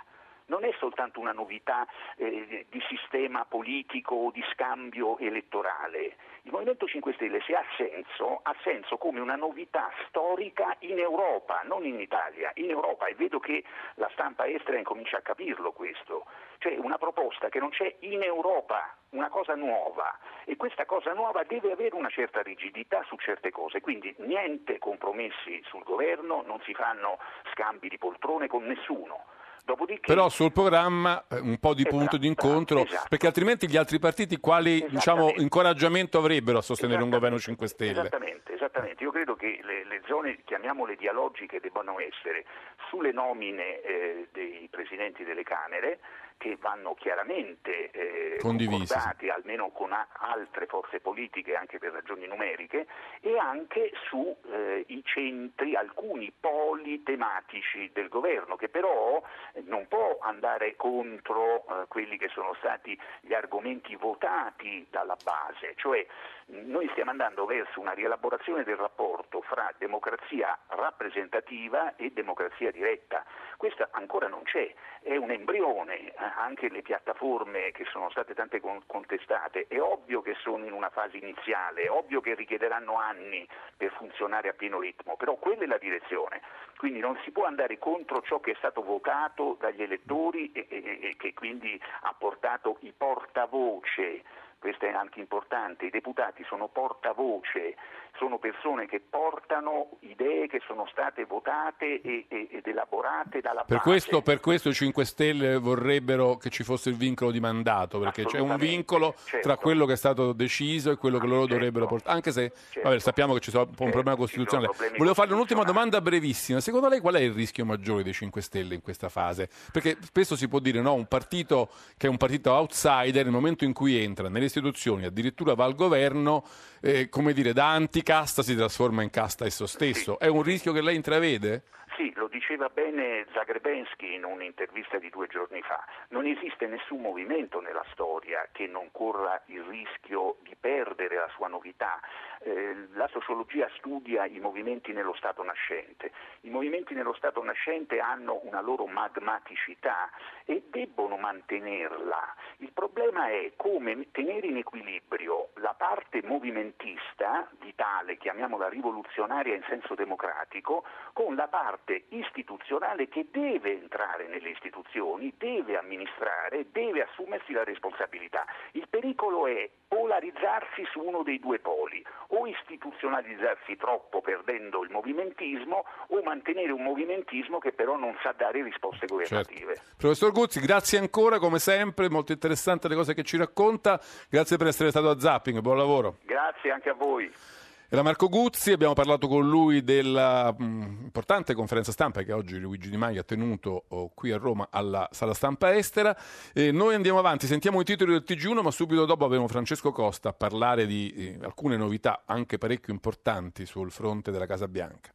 non è soltanto una novità eh, di sistema politico o di scambio elettorale. Il Movimento cinque Stelle, se ha senso, ha senso come una novità storica in Europa, non in Italia, in Europa, e vedo che la stampa estera incomincia a capirlo questo. Cioè una proposta che non c'è in Europa, una cosa nuova, e questa cosa nuova deve avere una certa rigidità su certe cose, quindi niente compromessi sul governo, non si fanno scambi di poltrone con nessuno. Dopodiché, però sul programma eh, un po' di esatto, punto di incontro, esatto. perché altrimenti gli altri partiti quali diciamo, incoraggiamento avrebbero a sostenere un governo cinque Stelle? Esattamente, esattamente. Io credo che le, le zone, chiamiamole dialogiche, debbano essere sulle nomine eh, dei presidenti delle Camere, che vanno chiaramente eh, concordati almeno con a- altre forze politiche anche per ragioni numeriche, e anche su eh, i centri, alcuni poli tematici del governo, che però non può andare contro eh, quelli che sono stati gli argomenti votati dalla base, cioè noi stiamo andando verso una rielaborazione del rapporto fra democrazia rappresentativa e democrazia diretta. Questa ancora non c'è, è un embrione, anche le piattaforme che sono state tante contestate, è ovvio che sono in una fase iniziale, è ovvio che richiederanno anni per funzionare a pieno ritmo, però quella è la direzione, quindi non si può andare contro ciò che è stato votato dagli elettori e, e, e che quindi ha portato i portavoce. Questo è anche importante, i deputati sono portavoce, sono persone che portano idee che sono state votate e, e, ed elaborate dalla per base. Questo, per questo i cinque Stelle vorrebbero che ci fosse il vincolo di mandato, perché c'è un vincolo certo. tra quello che è stato deciso e quello che loro certo. dovrebbero portare, anche se certo. vabbè, sappiamo che ci sono un certo. problema costituzionale. Volevo fare un'ultima domanda brevissima, secondo lei qual è il rischio maggiore dei cinque Stelle in questa fase? Perché spesso si può dire no, un partito che è un partito outsider, nel momento in cui entra nelle istituzioni, addirittura va al governo, eh, come dire, da anticasta si trasforma in casta esso stesso. Sì. È un rischio che lei intravede? Sì, lo diceva bene Zagrebensky in un'intervista di due giorni fa. Non esiste nessun movimento nella storia che non corra il rischio di perdere la sua novità. Eh, la sociologia studia i movimenti nello stato nascente. I movimenti nello stato nascente hanno una loro magmaticità e debbono mantenerla. Il problema è come tenere in equilibrio la parte movimentista, vitale, chiamiamola rivoluzionaria in senso democratico, con la parte istituzionale che deve entrare nelle istituzioni, deve amministrare, deve assumersi la responsabilità. Il pericolo è polarizzarsi su uno dei due poli, o istituzionalizzarsi troppo perdendo il movimentismo, o mantenere un movimentismo che però non sa dare risposte governative. Certo. Professor Guzzi, grazie ancora, come sempre, molto interessante le cose che ci racconta, grazie per essere stato a Zapping, buon lavoro. Grazie anche a voi. Era Marco Guzzi, abbiamo parlato con lui della mh, importante conferenza stampa che oggi Luigi Di Maio ha tenuto oh, qui a Roma alla Sala Stampa Estera. E noi andiamo avanti, sentiamo i titoli del T G uno, ma subito dopo avremo Francesco Costa a parlare di eh, alcune novità anche parecchio importanti sul fronte della Casa Bianca.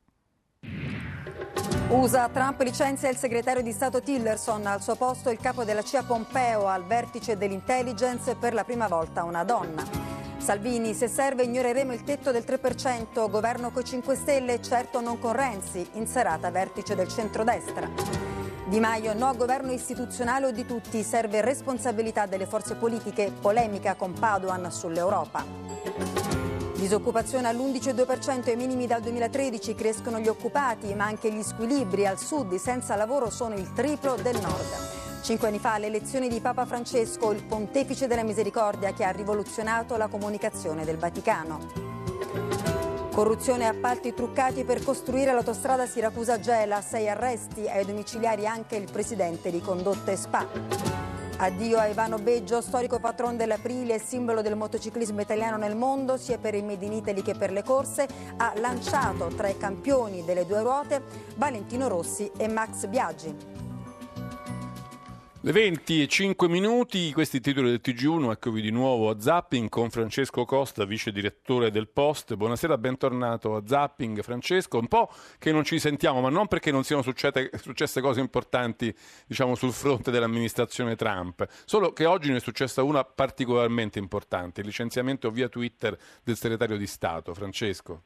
U S A, Trump licenzia il segretario di Stato Tillerson, al suo posto il capo della C I A Pompeo, al vertice dell'intelligence per la prima volta una donna. Salvini, se serve ignoreremo il tetto del tre per cento, governo coi cinque Stelle, certo non con Renzi, in serata vertice del centrodestra. Di Maio, no governo istituzionale o di tutti, serve responsabilità delle forze politiche, polemica con Padoan sull'Europa. Disoccupazione all'undici virgola due per cento, ai minimi dal duemilatredici, crescono gli occupati, ma anche gli squilibri al sud, i senza lavoro sono il triplo del nord. Cinque anni fa le elezioni di Papa Francesco, il pontefice della misericordia che ha rivoluzionato la comunicazione del Vaticano. Corruzione e appalti truccati per costruire l'autostrada Siracusa-Gela, sei arresti, ai domiciliari anche il presidente di Condotte Spa. Addio a Ivano Beggio, storico patron dell'Aprilia e simbolo del motociclismo italiano nel mondo, sia per il Made in Italy che per le corse, ha lanciato tra i campioni delle due ruote Valentino Rossi e Max Biaggi. Le venti e cinque minuti, questi titoli del T G uno, eccovi di nuovo a Zapping con Francesco Costa, vice direttore del Post. Buonasera, bentornato a Zapping Francesco. Un po' che non ci sentiamo, ma non perché non siano successe, successe cose importanti, diciamo, sul fronte dell'amministrazione Trump, solo che oggi ne è successa una particolarmente importante, il licenziamento via Twitter del segretario di Stato. Francesco.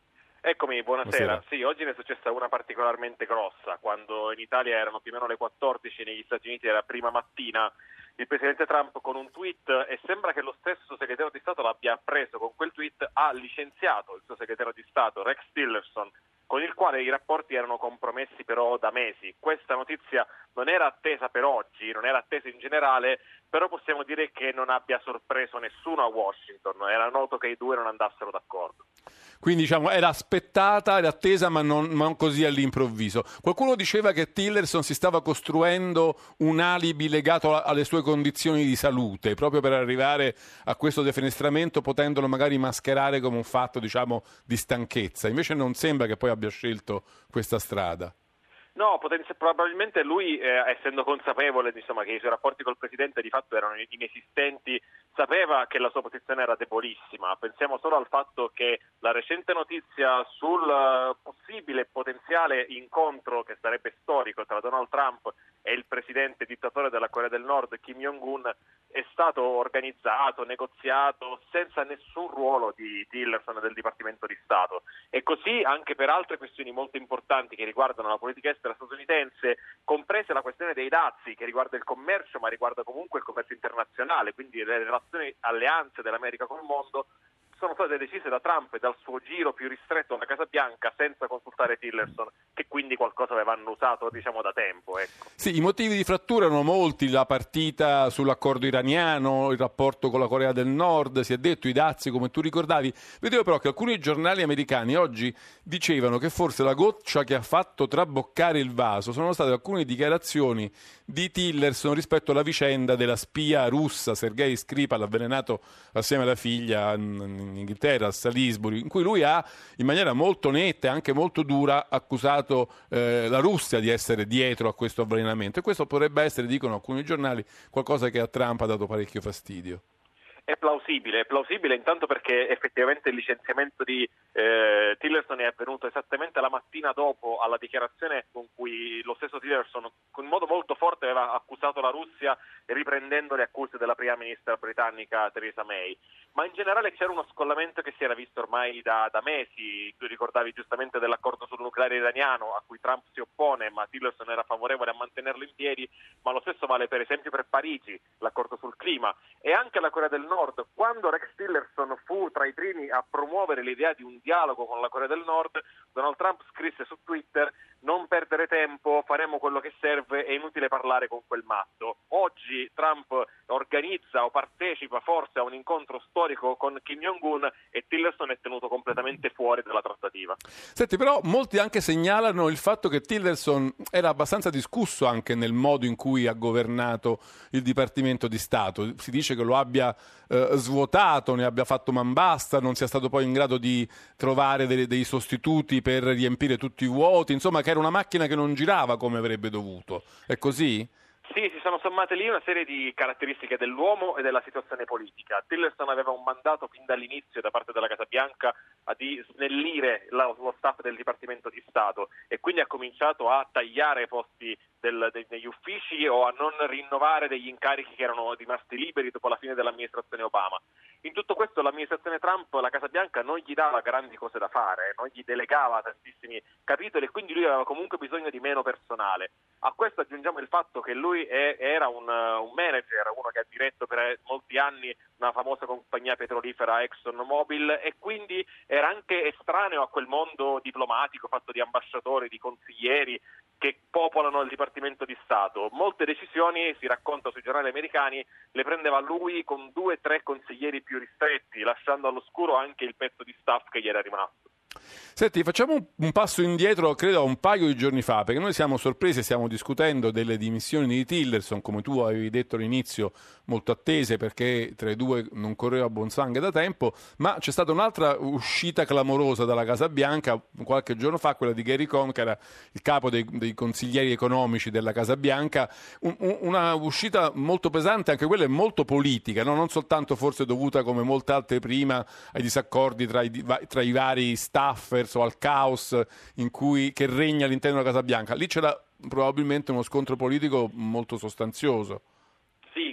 Eccomi, buonasera. Buonasera. Sì, oggi ne è successa una particolarmente grossa, quando in Italia erano più o meno le quattordici e negli Stati Uniti era prima mattina. Il presidente Trump con un tweet, e sembra che lo stesso segretario di Stato l'abbia appreso con quel tweet, ha licenziato il suo segretario di Stato, Rex Tillerson, con il quale i rapporti erano compromessi però da mesi. Questa notizia non era attesa per oggi, non era attesa in generale, però possiamo dire che non abbia sorpreso nessuno a Washington, era noto che i due non andassero d'accordo. Quindi diciamo era aspettata, era attesa, ma non, ma non così all'improvviso. Qualcuno diceva che Tillerson si stava costruendo un alibi legato alle sue condizioni di salute, proprio per arrivare a questo defenestramento, potendolo magari mascherare come un fatto, diciamo, di stanchezza. Invece non sembra che poi abbia scelto questa strada. No, potenzi- probabilmente lui, eh, essendo consapevole insomma, che i suoi rapporti col Presidente di fatto erano inesistenti, sapeva che la sua posizione era debolissima. Pensiamo solo al fatto che la recente notizia sul uh, possibile e potenziale incontro, che sarebbe storico, tra Donald Trump e il presidente dittatore della Corea del Nord, Kim Jong-un, è stato organizzato, negoziato senza nessun ruolo di Tillerson e del Dipartimento di Stato. E così anche per altre questioni molto importanti che riguardano la politica estera statunitense, comprese la questione dei dazi, che riguarda il commercio, ma riguarda comunque il commercio internazionale, quindi le relazioni, alleanze dell'America col mondo, sono state decise da Trump e dal suo giro più ristretto alla Casa Bianca senza consultare Tillerson, che quindi qualcosa avevano usato diciamo da tempo. Ecco. Sì, i motivi di frattura erano molti, la partita sull'accordo iraniano, il rapporto con la Corea del Nord, si è detto, i dazi come tu ricordavi. Vedevo però che alcuni giornali americani oggi dicevano che forse la goccia che ha fatto traboccare il vaso sono state alcune dichiarazioni di Tillerson rispetto alla vicenda della spia russa Sergei Skripal, avvelenato assieme alla figlia in Inghilterra, a Salisbury, in cui lui ha in maniera molto netta e anche molto dura accusato eh, la Russia di essere dietro a questo avvelenamento, e questo potrebbe essere, dicono alcuni giornali, qualcosa che a Trump ha dato parecchio fastidio. È plausibile, è plausibile intanto perché effettivamente il licenziamento di eh, Tillerson è avvenuto esattamente la mattina dopo alla dichiarazione con cui lo stesso Tillerson in modo molto forte aveva accusato la Russia, riprendendo le accuse della prima ministra britannica Theresa May. Ma in generale c'era uno scollamento che si era visto ormai da, da mesi. Tu ricordavi giustamente dell'accordo sul nucleare iraniano a cui Trump si oppone, ma Tillerson era favorevole a mantenerlo in piedi, ma lo stesso vale per esempio per Parigi, l'accordo sul clima, e anche la Corea del Nord. Quando Rex Tillerson fu tra i primi a promuovere l'idea di un dialogo con la Corea del Nord, Donald Trump scrisse su Twitter: non perdere tempo, faremo quello che serve, è inutile parlare con quel matto. Oggi Trump organizza o partecipa forse a un incontro storico con Kim Jong-un e Tillerson è tenuto completamente fuori dalla trattativa. Senti, però molti anche segnalano il fatto che Tillerson era abbastanza discusso anche nel modo in cui ha governato il Dipartimento di Stato. Si dice che lo abbia eh, svuotato, ne abbia fatto man basta, non sia stato poi in grado di trovare dei, dei sostituti per riempire tutti i vuoti, insomma che era una macchina che non girava come avrebbe dovuto. È così? Sì, si sono sommate lì una serie di caratteristiche dell'uomo e della situazione politica. Tillerson aveva un mandato fin dall'inizio da parte della Casa Bianca a di snellire la, lo staff del Dipartimento di Stato e quindi ha cominciato a tagliare posti del, de, degli uffici o a non rinnovare degli incarichi che erano rimasti liberi dopo la fine dell'amministrazione Obama. In tutto questo l'amministrazione Trump, la Casa Bianca, non gli dava grandi cose da fare, non gli delegava tantissimi capitoli e quindi lui aveva comunque bisogno di meno personale. A questo aggiungiamo il fatto che lui è, era un, un manager, uno che ha diretto per molti anni una famosa compagnia petrolifera ExxonMobil e quindi era anche estraneo a quel mondo diplomatico fatto di ambasciatori, di consiglieri che popolano il Dipartimento di Stato. Molte decisioni, si racconta sui giornali americani, le prendeva lui con due o tre consiglieri più ristretti, lasciando all'oscuro anche il pezzo di staff che gli era rimasto. Senti, facciamo un, un passo indietro, credo a un paio di giorni fa, perché noi siamo sorpresi, stiamo discutendo delle dimissioni di Tillerson, come tu avevi detto all'inizio, molto attese perché tra i due non correva buon sangue da tempo, ma c'è stata un'altra uscita clamorosa dalla Casa Bianca qualche giorno fa, quella di Gary Cohn, che era il capo dei, dei consiglieri economici della Casa Bianca, un, un, una uscita molto pesante, anche quella è molto politica, no? Non soltanto forse dovuta come molte altre prima ai disaccordi tra i, tra i vari staffer o al caos in cui, che regna all'interno della Casa Bianca. Lì c'era probabilmente uno scontro politico molto sostanzioso. Sì,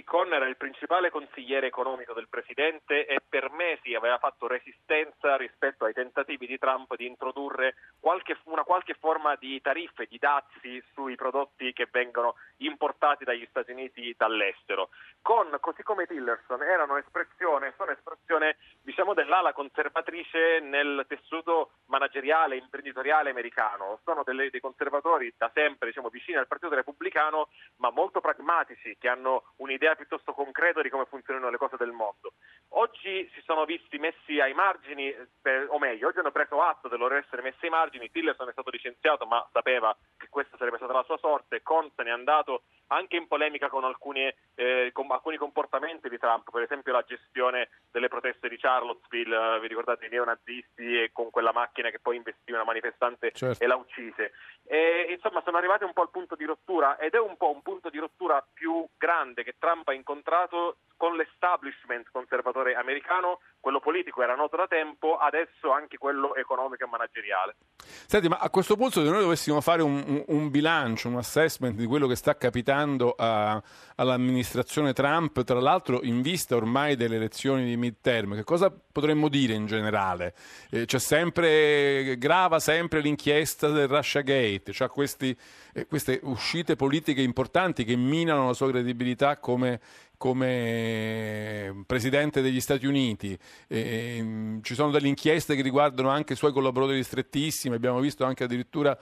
Lui, Con, era il principale consigliere economico del presidente e per mesi aveva fatto resistenza rispetto ai tentativi di Trump di introdurre qualche, una qualche forma di tariffe, di dazi sui prodotti che vengono importati dagli Stati Uniti dall'estero. Con, così come Tillerson, erano espressione, sono espressione diciamo dell'ala conservatrice nel tessuto manageriale, imprenditoriale americano. Sono delle, dei conservatori da sempre diciamo vicini al Partito Repubblicano, ma molto pragmatici, che hanno un'idea piuttosto concreta di come funzionano le cose del mondo. Oggi si sono visti messi ai margini, per, o meglio, oggi hanno preso atto del loro essere messi ai margini. Tillerson è stato licenziato, ma sapeva che questa sarebbe stata la sua sorte. Con se n'è andato anche in polemica con alcuni, eh, con alcuni comportamenti di Trump, per esempio la gestione delle proteste di Charlottesville, eh, vi ricordate i neonazisti e con quella macchina che poi investì una manifestante certo. e la uccise. E, insomma sono arrivati un po' al punto di rottura, ed è un po' un punto di rottura più grande che Trump ha incontrato con l'establishment conservatore americano. Quello politico era noto da tempo, adesso anche quello economico e manageriale. Senti, ma a questo punto se noi dovessimo fare un, un, un bilancio, un assessment di quello che sta capitando a, all'amministrazione Trump, tra l'altro in vista ormai delle elezioni di midterm, che cosa potremmo dire in generale? Eh, c'è sempre, grava sempre l'inchiesta del Russiagate, c'ha questi, eh, queste uscite politiche importanti che minano la sua credibilità come come presidente degli Stati Uniti, e, ci sono delle inchieste che riguardano anche i suoi collaboratori strettissimi, abbiamo visto anche addirittura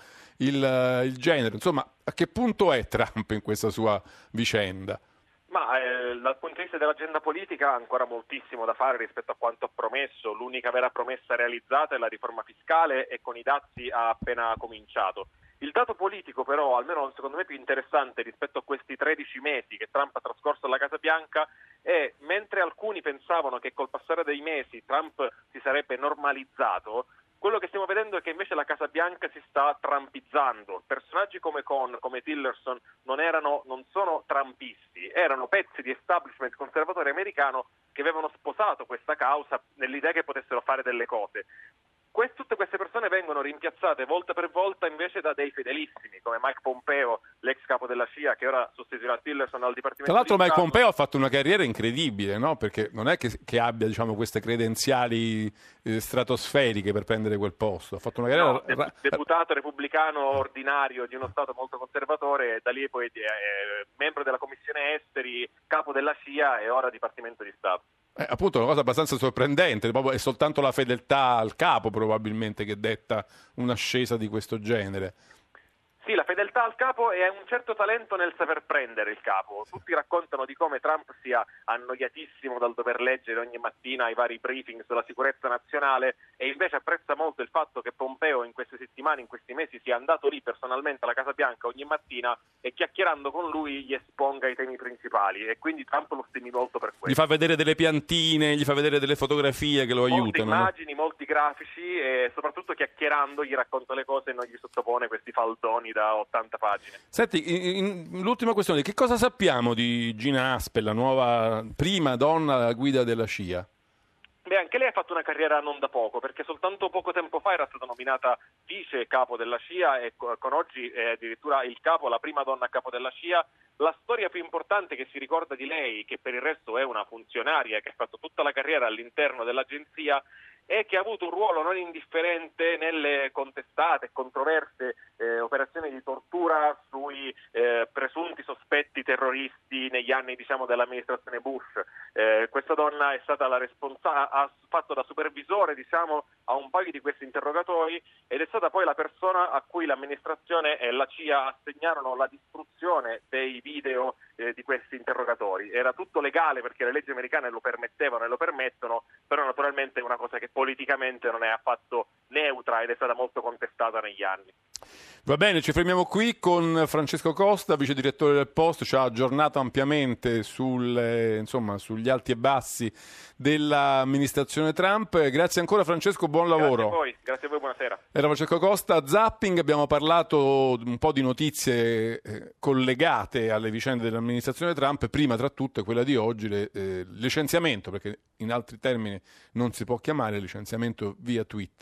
il, il genere. Insomma, a che punto è Trump in questa sua vicenda? Ma eh, dal punto di vista dell'agenda politica ha ancora moltissimo da fare rispetto a quanto ha promesso. L'unica vera promessa realizzata è la riforma fiscale e con i dazi ha appena cominciato. Il dato politico però, almeno secondo me più interessante rispetto a questi tredici mesi che Trump ha trascorso alla Casa Bianca, è mentre alcuni pensavano che col passare dei mesi Trump si sarebbe normalizzato, quello che stiamo vedendo è che invece la Casa Bianca si sta trumpizzando. Personaggi come Con, come Tillerson non erano, non sono trumpisti, erano pezzi di establishment conservatore americano che avevano sposato questa causa nell'idea che potessero fare delle cose. Quest- tutte queste persone vengono rimpiazzate volta per volta invece da dei fedelissimi come Mike Pompeo, l'ex capo della C I A, che ora sostituirà Tillerson al Dipartimento Tra l'altro di Mike Stato. Pompeo ha fatto una carriera incredibile, no? Perché non è che, che abbia diciamo, queste credenziali eh, stratosferiche per prendere quel posto. Ha fatto una carriera No, de- ra- deputato repubblicano ordinario di uno Stato molto conservatore, da lì poi eh, membro della Commissione Esteri, capo della C I A e ora Dipartimento di Stato. Eh, appunto una cosa abbastanza sorprendente, proprio è soltanto la fedeltà al capo probabilmente che detta un'ascesa di questo genere. Sì, la fedeltà al capo e un certo talento nel saper prendere il capo. Tutti raccontano di come Trump sia annoiatissimo dal dover leggere ogni mattina i vari briefing sulla sicurezza nazionale, e invece apprezza molto il fatto che Pompeo in queste settimane, in questi mesi, sia andato lì personalmente alla Casa Bianca ogni mattina e chiacchierando con lui gli esponga i temi principali, e quindi Trump lo stimi molto per questo. Gli fa vedere delle piantine, gli fa vedere delle fotografie che lo Molte aiutano. Molti immagini, molti grafici, e soprattutto chiacchierando gli racconta le cose e non gli sottopone questi faldoni da ottanta pagine. Senti, in, in, l'ultima questione, che cosa sappiamo di Gina Haspel, la nuova prima donna alla guida della C I A? Beh, anche lei ha fatto una carriera non da poco, perché soltanto poco tempo fa era stata nominata vice capo della C I A e con oggi è addirittura il capo, la prima donna a capo della C I A. La storia più importante che si ricorda di lei, che per il resto è una funzionaria che ha fatto tutta la carriera all'interno dell'agenzia, è che ha avuto un ruolo non indifferente nelle contestate e controverse eh, operazioni di tortura sui eh, presunti sospetti terroristi negli anni diciamo dell'amministrazione Bush. Eh, questa donna è stata la responsabile, ha fatto da supervisore diciamo a un paio di questi interrogatori, ed è stata poi la persona a cui l'amministrazione e la C I A assegnarono la distruzione dei video eh, di questi interrogatori. Era tutto legale perché le leggi americane lo permettevano e lo permettono, però naturalmente è una cosa che politicamente non è affatto neutra ed è stata molto contestata negli anni. Va bene, ci fermiamo qui con Francesco Costa, vice direttore del Post, ci ha aggiornato ampiamente sul, eh, insomma, sugli alti e bassi dell'amministrazione Trump. Grazie ancora Francesco, buon lavoro. Grazie a voi, grazie a voi, buonasera. Era Francesco Costa, Zapping, abbiamo parlato un po' di notizie eh, collegate alle vicende dell'amministrazione Trump, prima tra tutte quella di oggi, le, eh, licenziamento, perché in altri termini non si può chiamare licenziamento via Twitter,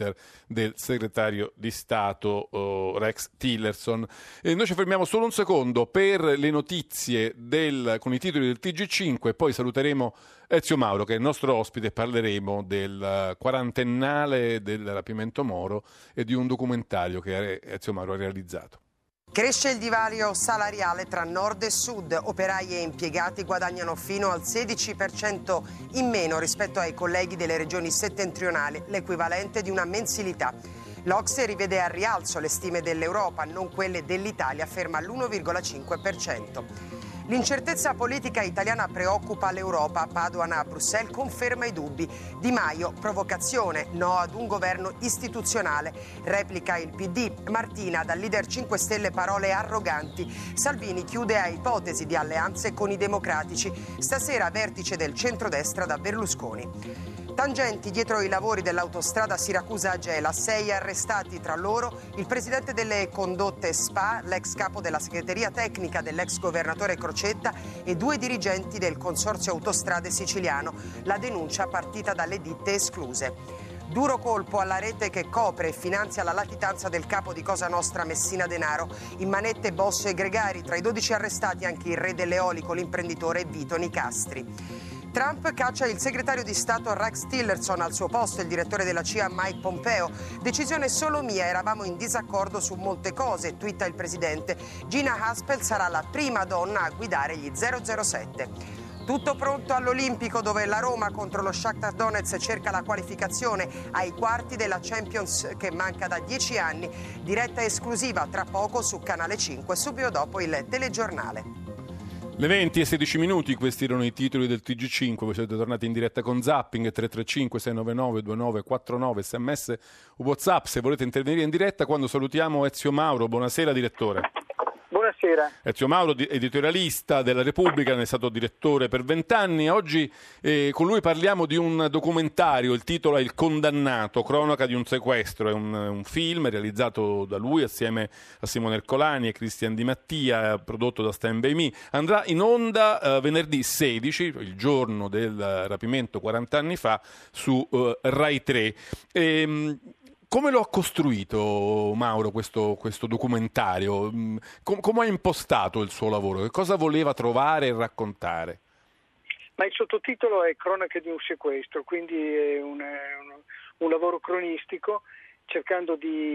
del segretario di Stato uh, Rex Tillerson. E noi ci fermiamo solo un secondo per le notizie del, con i titoli del T G cinque, e poi saluteremo Ezio Mauro, che è il nostro ospite, e parleremo del quarantennale del rapimento Moro e di un documentario che Ezio Mauro ha realizzato. Cresce il divario salariale tra nord e sud. Operai e impiegati guadagnano fino al sedici per cento in meno rispetto ai colleghi delle regioni settentrionali, l'equivalente di una mensilità. L'Ocse rivede al rialzo le stime dell'Europa, non quelle dell'Italia, ferma all'uno virgola cinque per cento. L'incertezza politica italiana preoccupa l'Europa. Padoan a Bruxelles conferma i dubbi. Di Maio, provocazione, no ad un governo istituzionale. Replica il P D. Martina, dal leader cinque Stelle, parole arroganti. Salvini chiude a ipotesi di alleanze con i democratici. Stasera vertice del centrodestra da Berlusconi. Tangenti dietro i lavori dell'autostrada Siracusa-Gela, sei arrestati, tra loro il presidente delle condotte S P A, l'ex capo della segreteria tecnica dell'ex governatore Crocetta e due dirigenti del consorzio autostrade siciliano. La denuncia partita dalle ditte escluse. Duro colpo alla rete che copre e finanzia la latitanza del capo di Cosa Nostra Messina Denaro. In manette boss e gregari, tra i dodici arrestati anche il re dell'eolico, l'imprenditore Vito Nicastri. Trump caccia il segretario di Stato Rex Tillerson, al suo posto il direttore della C I A Mike Pompeo. Decisione solo mia, eravamo in disaccordo su molte cose, twitta il presidente. Gina Haspel sarà la prima donna a guidare gli zero zero sette. Tutto pronto all'Olimpico, dove la Roma contro lo Shakhtar Donetsk cerca la qualificazione ai quarti della Champions, che manca da dieci anni. Diretta esclusiva tra poco su Canale cinque, subito dopo il telegiornale. Le venti e sedici minuti, questi erano i titoli del T G cinque, voi siete tornati in diretta con Zapping, tre tre cinque sei nove nove due nove quattro nove, sms o WhatsApp se volete intervenire in diretta. Quando salutiamo Ezio Mauro, buonasera direttore. Buonasera. Ezio Mauro, editorialista della Repubblica, ne è stato direttore per vent'anni. Oggi eh, con lui parliamo di un documentario, il titolo è Il condannato, cronaca di un sequestro. È un, un film realizzato da lui assieme a Simone Ercolani e Cristian Di Mattia, prodotto da Stand By Me. Andrà in onda eh, venerdì sedici, il giorno del rapimento quaranta anni fa, su eh, Rai tre. E, come lo ha costruito Mauro questo, questo documentario? Com- come ha impostato il suo lavoro? Che cosa voleva trovare e raccontare? Ma il sottotitolo è Cronache di un sequestro, quindi è un, un, un lavoro cronistico, cercando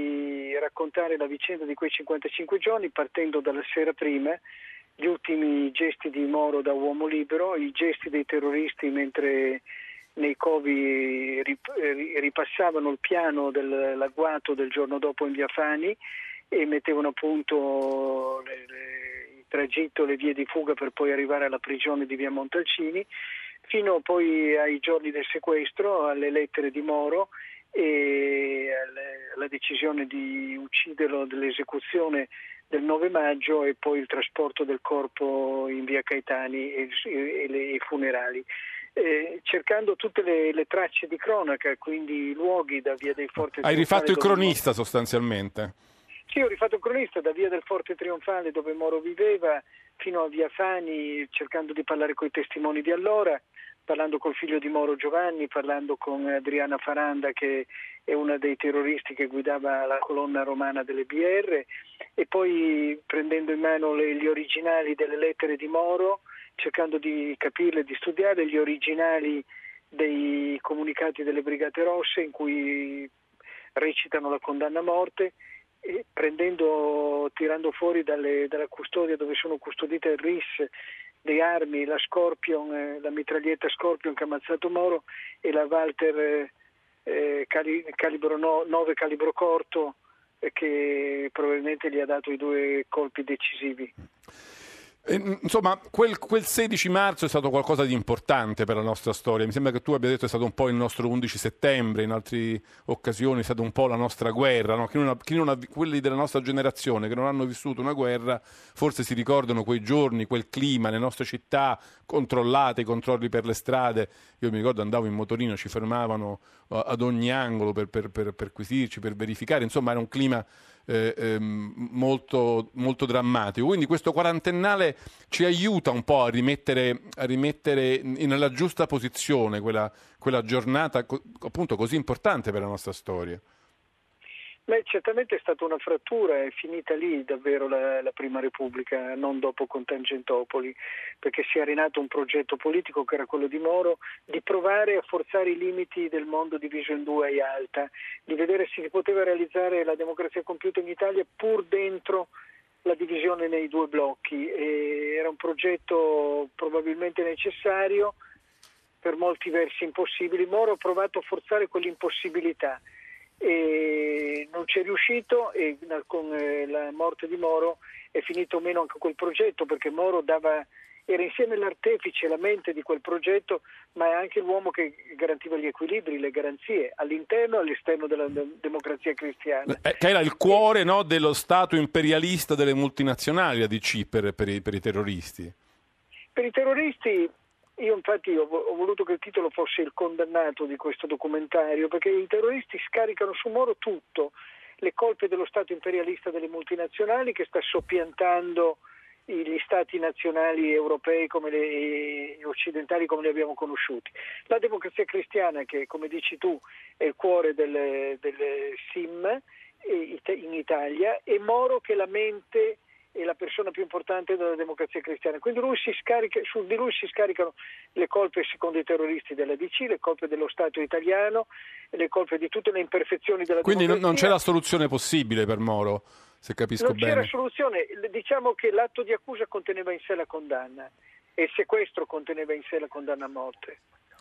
di raccontare la vicenda di quei cinquantacinque giorni, partendo dalla sera prima, gli ultimi gesti di Moro da uomo libero, i gesti dei terroristi mentre nei covi ripassavano il piano dell'agguato del giorno dopo in via Fani e mettevano a punto le, le, il tragitto, le vie di fuga per poi arrivare alla prigione di via Montalcini, fino poi ai giorni del sequestro, alle lettere di Moro e alla decisione di ucciderlo, dell'esecuzione del nove maggio e poi il trasporto del corpo in via Caetani e, e, e le, i funerali. Eh, cercando tutte le, le tracce di cronaca, quindi i luoghi da via del Forte Trionfale. Hai rifatto il cronista Moro... sostanzialmente? Sì, ho rifatto il cronista da via del Forte Trionfale dove Moro viveva fino a via Fani, cercando di parlare con i testimoni di allora, parlando col figlio di Moro Giovanni, parlando con Adriana Faranda che è una dei terroristi che guidava la colonna romana delle B R, e poi prendendo in mano le, gli originali delle lettere di Moro, cercando di capirle, di studiare gli originali dei comunicati delle Brigate Rosse in cui recitano la condanna a morte, e prendendo, tirando fuori dalle, dalla custodia dove sono custodite il R I S, le armi, la Scorpion, eh, la mitraglietta Scorpion che ha ammazzato Moro e la Walter eh, cali, calibro no, nove calibro corto eh, che probabilmente gli ha dato i due colpi decisivi. E, insomma, quel, quel sedici marzo è stato qualcosa di importante per la nostra storia. Mi sembra che tu abbia detto è stato un po' il nostro undici settembre, in altre occasioni è stata un po' la nostra guerra, no? Chi non ha, chi non ha, quelli della nostra generazione che non hanno vissuto una guerra forse si ricordano quei giorni, quel clima, le nostre città controllate, i controlli per le strade. Io mi ricordo andavo in motorino, ci fermavano ad ogni angolo per, per, per perquisirci, per verificare, insomma era un clima Eh, ehm, molto, molto drammatico. Quindi questo quarantennale ci aiuta un po' a rimettere, a rimettere nella giusta posizione quella, quella giornata co- appunto così importante per la nostra storia. Beh, certamente è stata una frattura, è finita lì davvero la, la Prima Repubblica, non dopo con Tangentopoli, perché si è rinato un progetto politico che era quello di Moro, di provare a forzare i limiti del mondo diviso in due a Yalta, di vedere se si poteva realizzare la democrazia compiuta in Italia pur dentro la divisione nei due blocchi. E era un progetto probabilmente necessario, per molti versi impossibili. Moro ha provato a forzare quell'impossibilità e non ci è riuscito, e con la morte di Moro è finito meno anche quel progetto, perché Moro dava, era insieme l'artefice, la mente di quel progetto, ma è anche l'uomo che garantiva gli equilibri, le garanzie all'interno e all'esterno della democrazia cristiana. Eh, che era il cuore, no, dello Stato imperialista delle multinazionali, la D C, per, per, i, per i terroristi. Per i terroristi, io infatti ho, ho voluto che il titolo fosse Il condannato di questo documentario, perché i terroristi scaricano su Moro tutto, le colpe dello Stato imperialista delle multinazionali che sta soppiantando gli stati nazionali europei come le, e occidentali come li abbiamo conosciuti. La democrazia cristiana, che come dici tu è il cuore del, del S I M in Italia, e Moro che è la mente e la persona più importante della democrazia cristiana. Quindi lui si scarica, su di lui si scaricano le colpe, secondo i terroristi, della D C, le colpe dello Stato italiano, le colpe di tutte le imperfezioni della Quindi democrazia. Quindi non c'è la soluzione possibile per Moro, se capisco non bene. Non c'era soluzione, diciamo che l'atto di accusa conteneva in sé la condanna e il sequestro conteneva in sé la condanna a morte.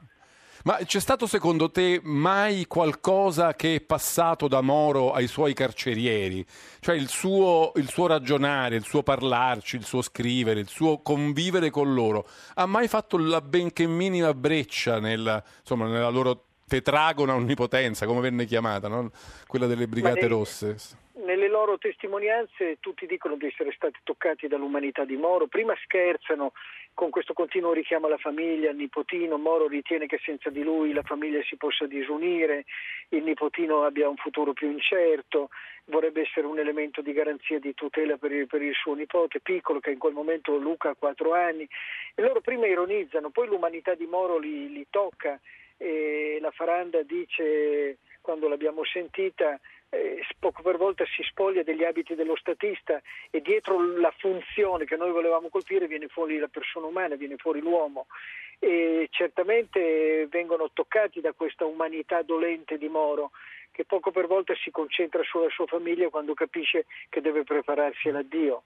Ma c'è stato secondo te mai qualcosa che è passato da Moro ai suoi carcerieri? Cioè il suo, il suo ragionare, il suo parlarci, il suo scrivere, il suo convivere con loro, ha mai fatto la benché minima breccia nella, insomma, nella loro tetragona onnipotenza, come venne chiamata, no? Quella delle Brigate nei, Rosse? Nelle loro testimonianze tutti dicono di essere stati toccati dall'umanità di Moro. Prima scherzano con questo continuo richiamo alla famiglia, al nipotino. Moro ritiene che senza di lui la famiglia si possa disunire, il nipotino abbia un futuro più incerto, vorrebbe essere un elemento di garanzia, di tutela per il, per il suo nipote piccolo, che in quel momento Luca ha quattro anni. E loro prima ironizzano, poi l'umanità di Moro li, li tocca, e la Faranda dice, quando l'abbiamo sentita, Eh, poco per volta si spoglia degli abiti dello statista e dietro la funzione che noi volevamo colpire viene fuori la persona umana, viene fuori l'uomo, e certamente vengono toccati da questa umanità dolente di Moro, che poco per volta si concentra sulla sua famiglia quando capisce che deve prepararsi all'addio.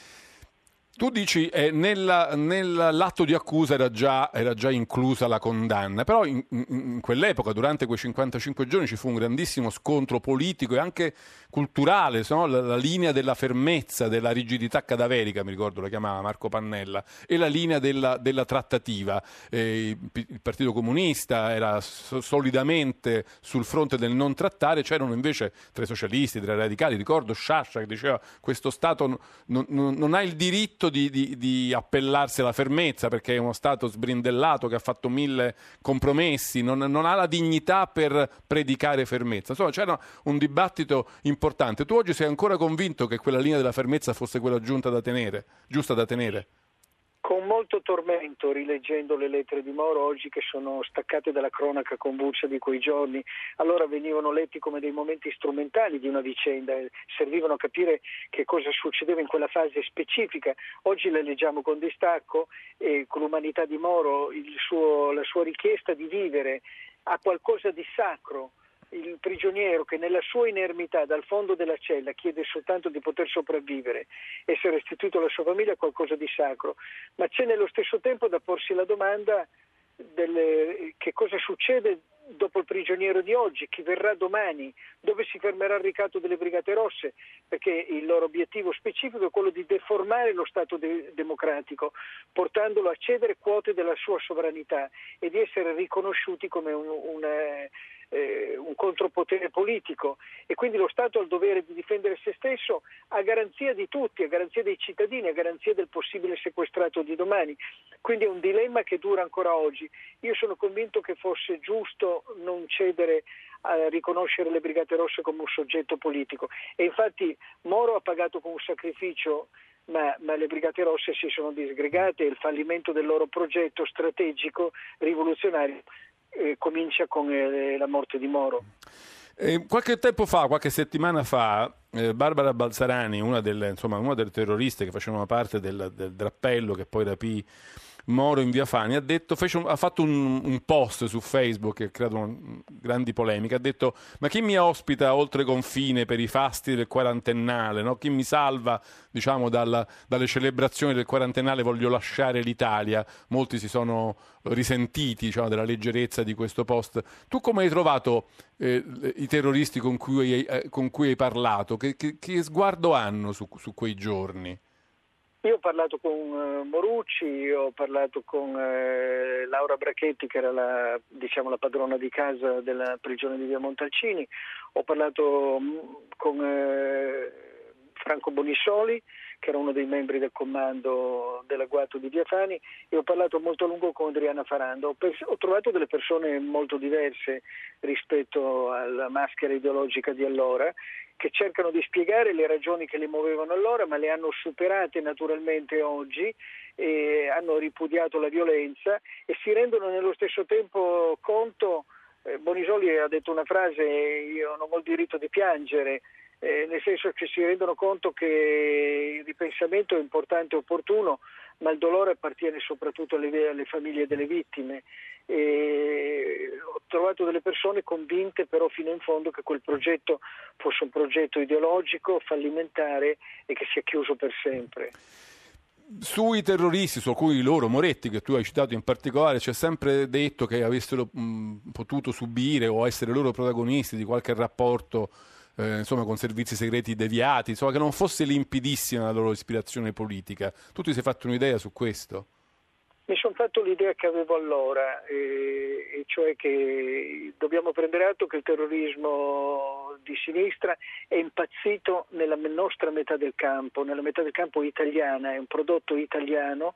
Tu dici eh, nella, nell'atto di accusa era già, era già inclusa la condanna, però in, in, in quell'epoca, durante quei cinquantacinque giorni, ci fu un grandissimo scontro politico e anche culturale, no? la, la linea della fermezza, della rigidità cadaverica, mi ricordo la chiamava Marco Pannella, e la linea della, della trattativa. Eh, il Partito Comunista era so, solidamente sul fronte del non trattare, c'erano invece tra i socialisti, tra i radicali, ricordo Sciascia che diceva questo Stato non, non, non ha il diritto Di, di, di appellarsi alla fermezza perché è uno Stato sbrindellato che ha fatto mille compromessi, non, non ha la dignità per predicare fermezza. Insomma, c'era un dibattito importante. Tu oggi sei ancora convinto che quella linea della fermezza fosse quella giunta da tenere, giusta da tenere? Con molto tormento, rileggendo le lettere di Moro oggi, che sono staccate dalla cronaca convulsa di quei giorni. Allora venivano letti come dei momenti strumentali di una vicenda, servivano a capire che cosa succedeva in quella fase specifica. Oggi le leggiamo con distacco e con l'umanità di Moro, il suo, la sua richiesta di vivere a qualcosa di sacro. Il prigioniero che nella sua inermità dal fondo della cella chiede soltanto di poter sopravvivere, essere restituito alla sua famiglia, qualcosa di sacro, ma c'è nello stesso tempo da porsi la domanda del, che cosa succede dopo il prigioniero di oggi, chi verrà domani, dove si fermerà il ricatto delle Brigate Rosse, perché il loro obiettivo specifico è quello di deformare lo Stato de- democratico, portandolo a cedere quote della sua sovranità e di essere riconosciuti come un, un Eh, un contropotere politico, e quindi lo Stato ha il dovere di difendere se stesso a garanzia di tutti, a garanzia dei cittadini, a garanzia del possibile sequestrato di domani. Quindi è un dilemma che dura ancora oggi. Io sono convinto che fosse giusto non cedere a riconoscere le Brigate Rosse come un soggetto politico, e infatti Moro ha pagato con un sacrificio, ma, ma le Brigate Rosse si sono disgregate e il fallimento del loro progetto strategico rivoluzionario Eh, comincia con eh, la morte di Moro. Eh, qualche tempo fa, qualche settimana fa, eh, Barbara Balzarani, una delle, insomma, una delle terroriste che facevano parte del, del drappello che poi rapì Moro in via Fani, ha, detto, fece un, ha fatto un, un post su Facebook che ha creato un, grandi polemiche, ha detto: ma chi mi ospita oltre confine per i fasti del quarantennale, no? Chi mi salva, diciamo, dalla, dalle celebrazioni del quarantennale, voglio lasciare l'Italia. Molti si sono risentiti, diciamo, della leggerezza di questo post. Tu come hai trovato eh, i terroristi con cui hai, eh, con cui hai parlato? Che, che, che sguardo hanno su, su quei giorni? Io ho parlato con uh, Morucci, ho parlato con uh, Laura Brachetti, che era la, diciamo, la padrona di casa della prigione di via Montalcini, ho parlato um, con uh, Franco Bonisoli, che era uno dei membri del comando dell'agguato di via Fani, e ho parlato molto a lungo con Adriana Faranda. Ho, pers- ho trovato delle persone molto diverse rispetto alla maschera ideologica di allora, che cercano di spiegare le ragioni che le muovevano allora, ma le hanno superate naturalmente oggi, e hanno ripudiato la violenza e si rendono nello stesso tempo conto. eh, Bonisoli ha detto una frase: io non ho il diritto di piangere, eh, nel senso che si rendono conto che il ripensamento è importante e opportuno, ma il dolore appartiene soprattutto alle, alle famiglie delle vittime. E ho trovato delle persone convinte però fino in fondo che quel progetto fosse un progetto ideologico, fallimentare e che sia chiuso per sempre. Sui terroristi, su alcuni di loro, Moretti, che tu hai citato in particolare, c'è sempre detto che avessero mh, potuto subire o essere loro protagonisti di qualche rapporto eh, insomma, con servizi segreti deviati, insomma, che non fosse limpidissima la loro ispirazione politica. Tu ti sei fatto un'idea su questo? Mi sono fatto l'idea che avevo allora, eh, e cioè che dobbiamo prendere atto che il terrorismo di sinistra è impazzito nella nostra metà del campo, nella metà del campo italiana, è un prodotto italiano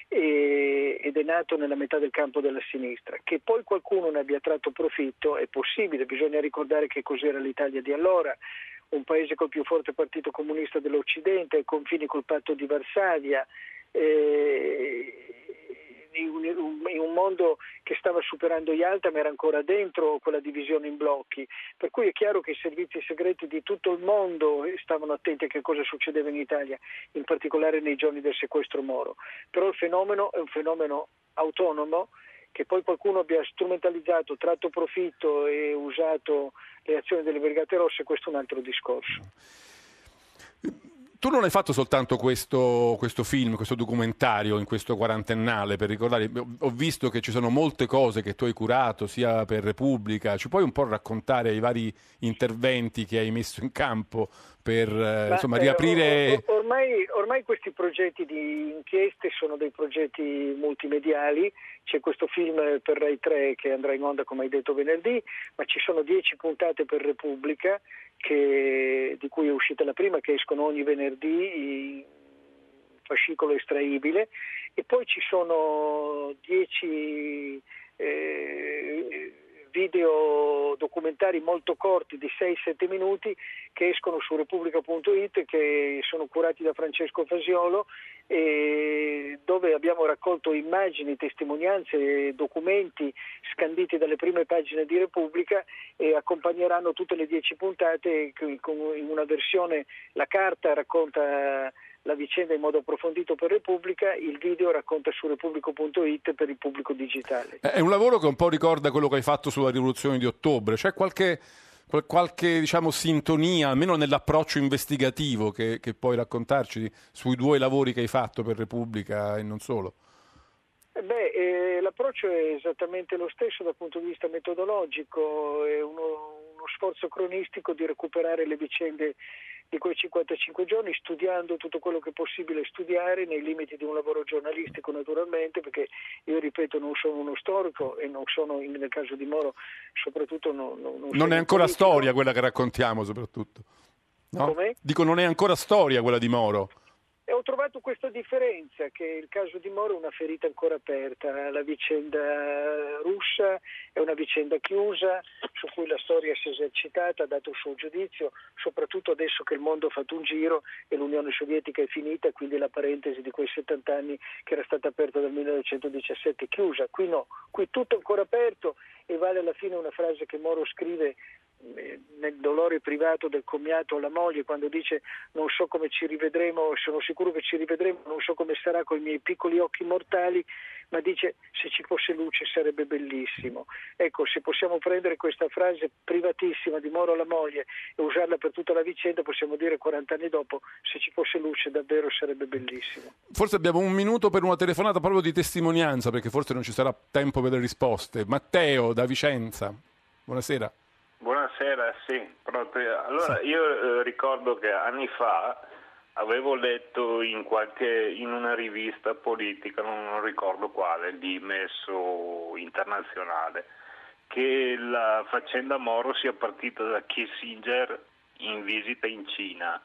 e, ed è nato nella metà del campo della sinistra. Che poi qualcuno ne abbia tratto profitto è possibile, bisogna ricordare che cos'era l'Italia di allora, un paese col più forte partito comunista dell'Occidente, ai confini col patto di Varsavia, eh, in un mondo che stava superando Yalta ma era ancora dentro quella divisione in blocchi, per cui è chiaro che i servizi segreti di tutto il mondo stavano attenti a che cosa succedeva in Italia, in particolare nei giorni del sequestro Moro. Però il fenomeno è un fenomeno autonomo, che poi qualcuno abbia strumentalizzato, tratto profitto e usato le azioni delle Brigate Rosse, questo è un altro discorso. Tu non hai fatto soltanto questo, questo film, questo documentario in questo quarantennale, per ricordare, ho visto che ci sono molte cose che tu hai curato sia per Repubblica, ci puoi un po' raccontare i vari interventi che hai messo in campo per Ma, insomma, riaprire... Eh, or, ormai, ormai questi progetti di inchieste sono dei progetti multimediali, c'è questo film per Rai tre che andrà in onda come hai detto venerdì, ma ci sono dieci puntate per Repubblica, che, di cui è uscita la prima, che escono ogni venerdì in fascicolo estraibile, e poi ci sono dieci eh, video documentari molto corti di sei sette minuti che escono su Repubblica punto it, che sono curati da Francesco Fasiolo, e dove abbiamo raccolto immagini, testimonianze, documenti scanditi dalle prime pagine di Repubblica, e accompagneranno tutte le dieci puntate con in una versione. La carta racconta la vicenda in modo approfondito per Repubblica, il video racconta su Repubblica punto it per il pubblico digitale. È un lavoro che un po' ricorda quello che hai fatto sulla rivoluzione di ottobre, c'è qualche, qualche diciamo, sintonia, almeno nell'approccio investigativo, che, che puoi raccontarci sui due lavori che hai fatto per Repubblica e non solo? Beh, eh, l'approccio è esattamente lo stesso dal punto di vista metodologico, è uno, uno sforzo cronistico di recuperare le vicende di quei cinquantacinque giorni, studiando tutto quello che è possibile studiare nei limiti di un lavoro giornalistico, naturalmente, perché io ripeto non sono uno storico e non sono, nel caso di Moro soprattutto non, non, non, non è ancora politico. Storia quella che raccontiamo soprattutto, no? Come? Dico, non è ancora storia quella di Moro. E ho trovato questa differenza, che il caso di Moro è una ferita ancora aperta, la vicenda russa è una vicenda chiusa su cui la storia si è esercitata, ha dato il suo giudizio, soprattutto adesso che il mondo ha fatto un giro e l'Unione Sovietica è finita, quindi la parentesi di quei settanta anni che era stata aperta dal millenovecentodiciassette è chiusa. Qui no, qui tutto è ancora aperto, e vale alla fine una frase che Moro scrive nel dolore privato del commiato alla moglie, quando dice non so come ci rivedremo, sono sicuro che ci rivedremo, non so come sarà con i miei piccoli occhi mortali, ma dice se ci fosse luce sarebbe bellissimo. Ecco, se possiamo prendere questa frase privatissima di Moro alla moglie e usarla per tutta la vicenda, possiamo dire quaranta anni dopo, se ci fosse luce davvero sarebbe bellissimo. Forse abbiamo un minuto per una telefonata proprio di testimonianza, perché forse non ci sarà tempo per le risposte. Matteo da Vicenza, buonasera. Buonasera, sì, proprio. Allora io eh, ricordo che anni fa avevo letto in qualche in una rivista politica, non, non ricordo quale, di messo internazionale, che la faccenda Moro sia partita da Kissinger in visita in Cina,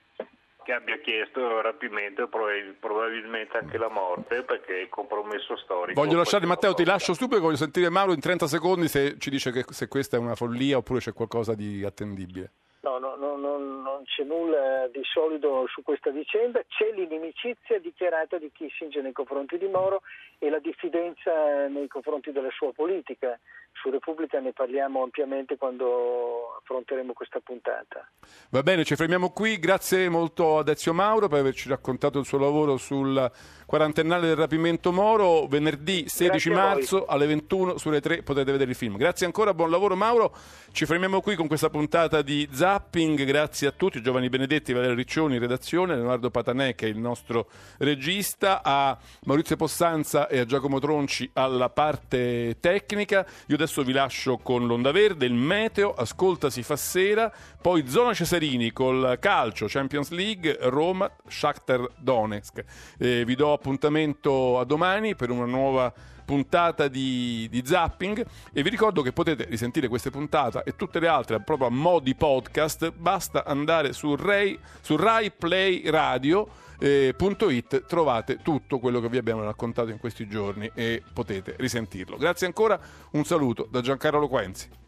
che abbia chiesto il rapimento e probabilmente anche la morte, perché è compromesso storico. Voglio lasciare Matteo, ti lascio subito, voglio sentire Mauro in trenta secondi se ci dice che se questa è una follia oppure c'è qualcosa di attendibile. No, no, no, no, non c'è nulla di solido su questa vicenda, c'è l'inimicizia dichiarata di Kissinger nei confronti di Moro e la diffidenza nei confronti della sua politica. Su Repubblica ne parliamo ampiamente quando affronteremo questa puntata. Va bene, ci fermiamo qui, grazie molto ad Ezio Mauro per averci raccontato il suo lavoro sul quarantennale del rapimento Moro. Venerdì sedici marzo alle ventuno sulle tre potete vedere il film. Grazie ancora, buon lavoro Mauro, ci fermiamo qui con questa puntata di Zapping. Grazie a tutti, Giovanni Benedetti, Valerio Riccioni in redazione, Leonardo Patanè che è il nostro regista, a Maurizio Possanza e a Giacomo Tronci alla parte tecnica. Io adesso vi lascio con l'Onda Verde, il meteo, ascolta si fa sera, poi Zona Cesarini col calcio, Champions League, Roma, Shakhtar Donetsk. Eh, vi do appuntamento a domani per una nuova puntata di, di Zapping e vi ricordo che potete risentire queste puntate e tutte le altre proprio a mo' di podcast, basta andare su Rai, su Rai Play Radio eh, punto it, trovate tutto quello che vi abbiamo raccontato in questi giorni e potete risentirlo. Grazie ancora, un saluto da Giancarlo Loquenzi.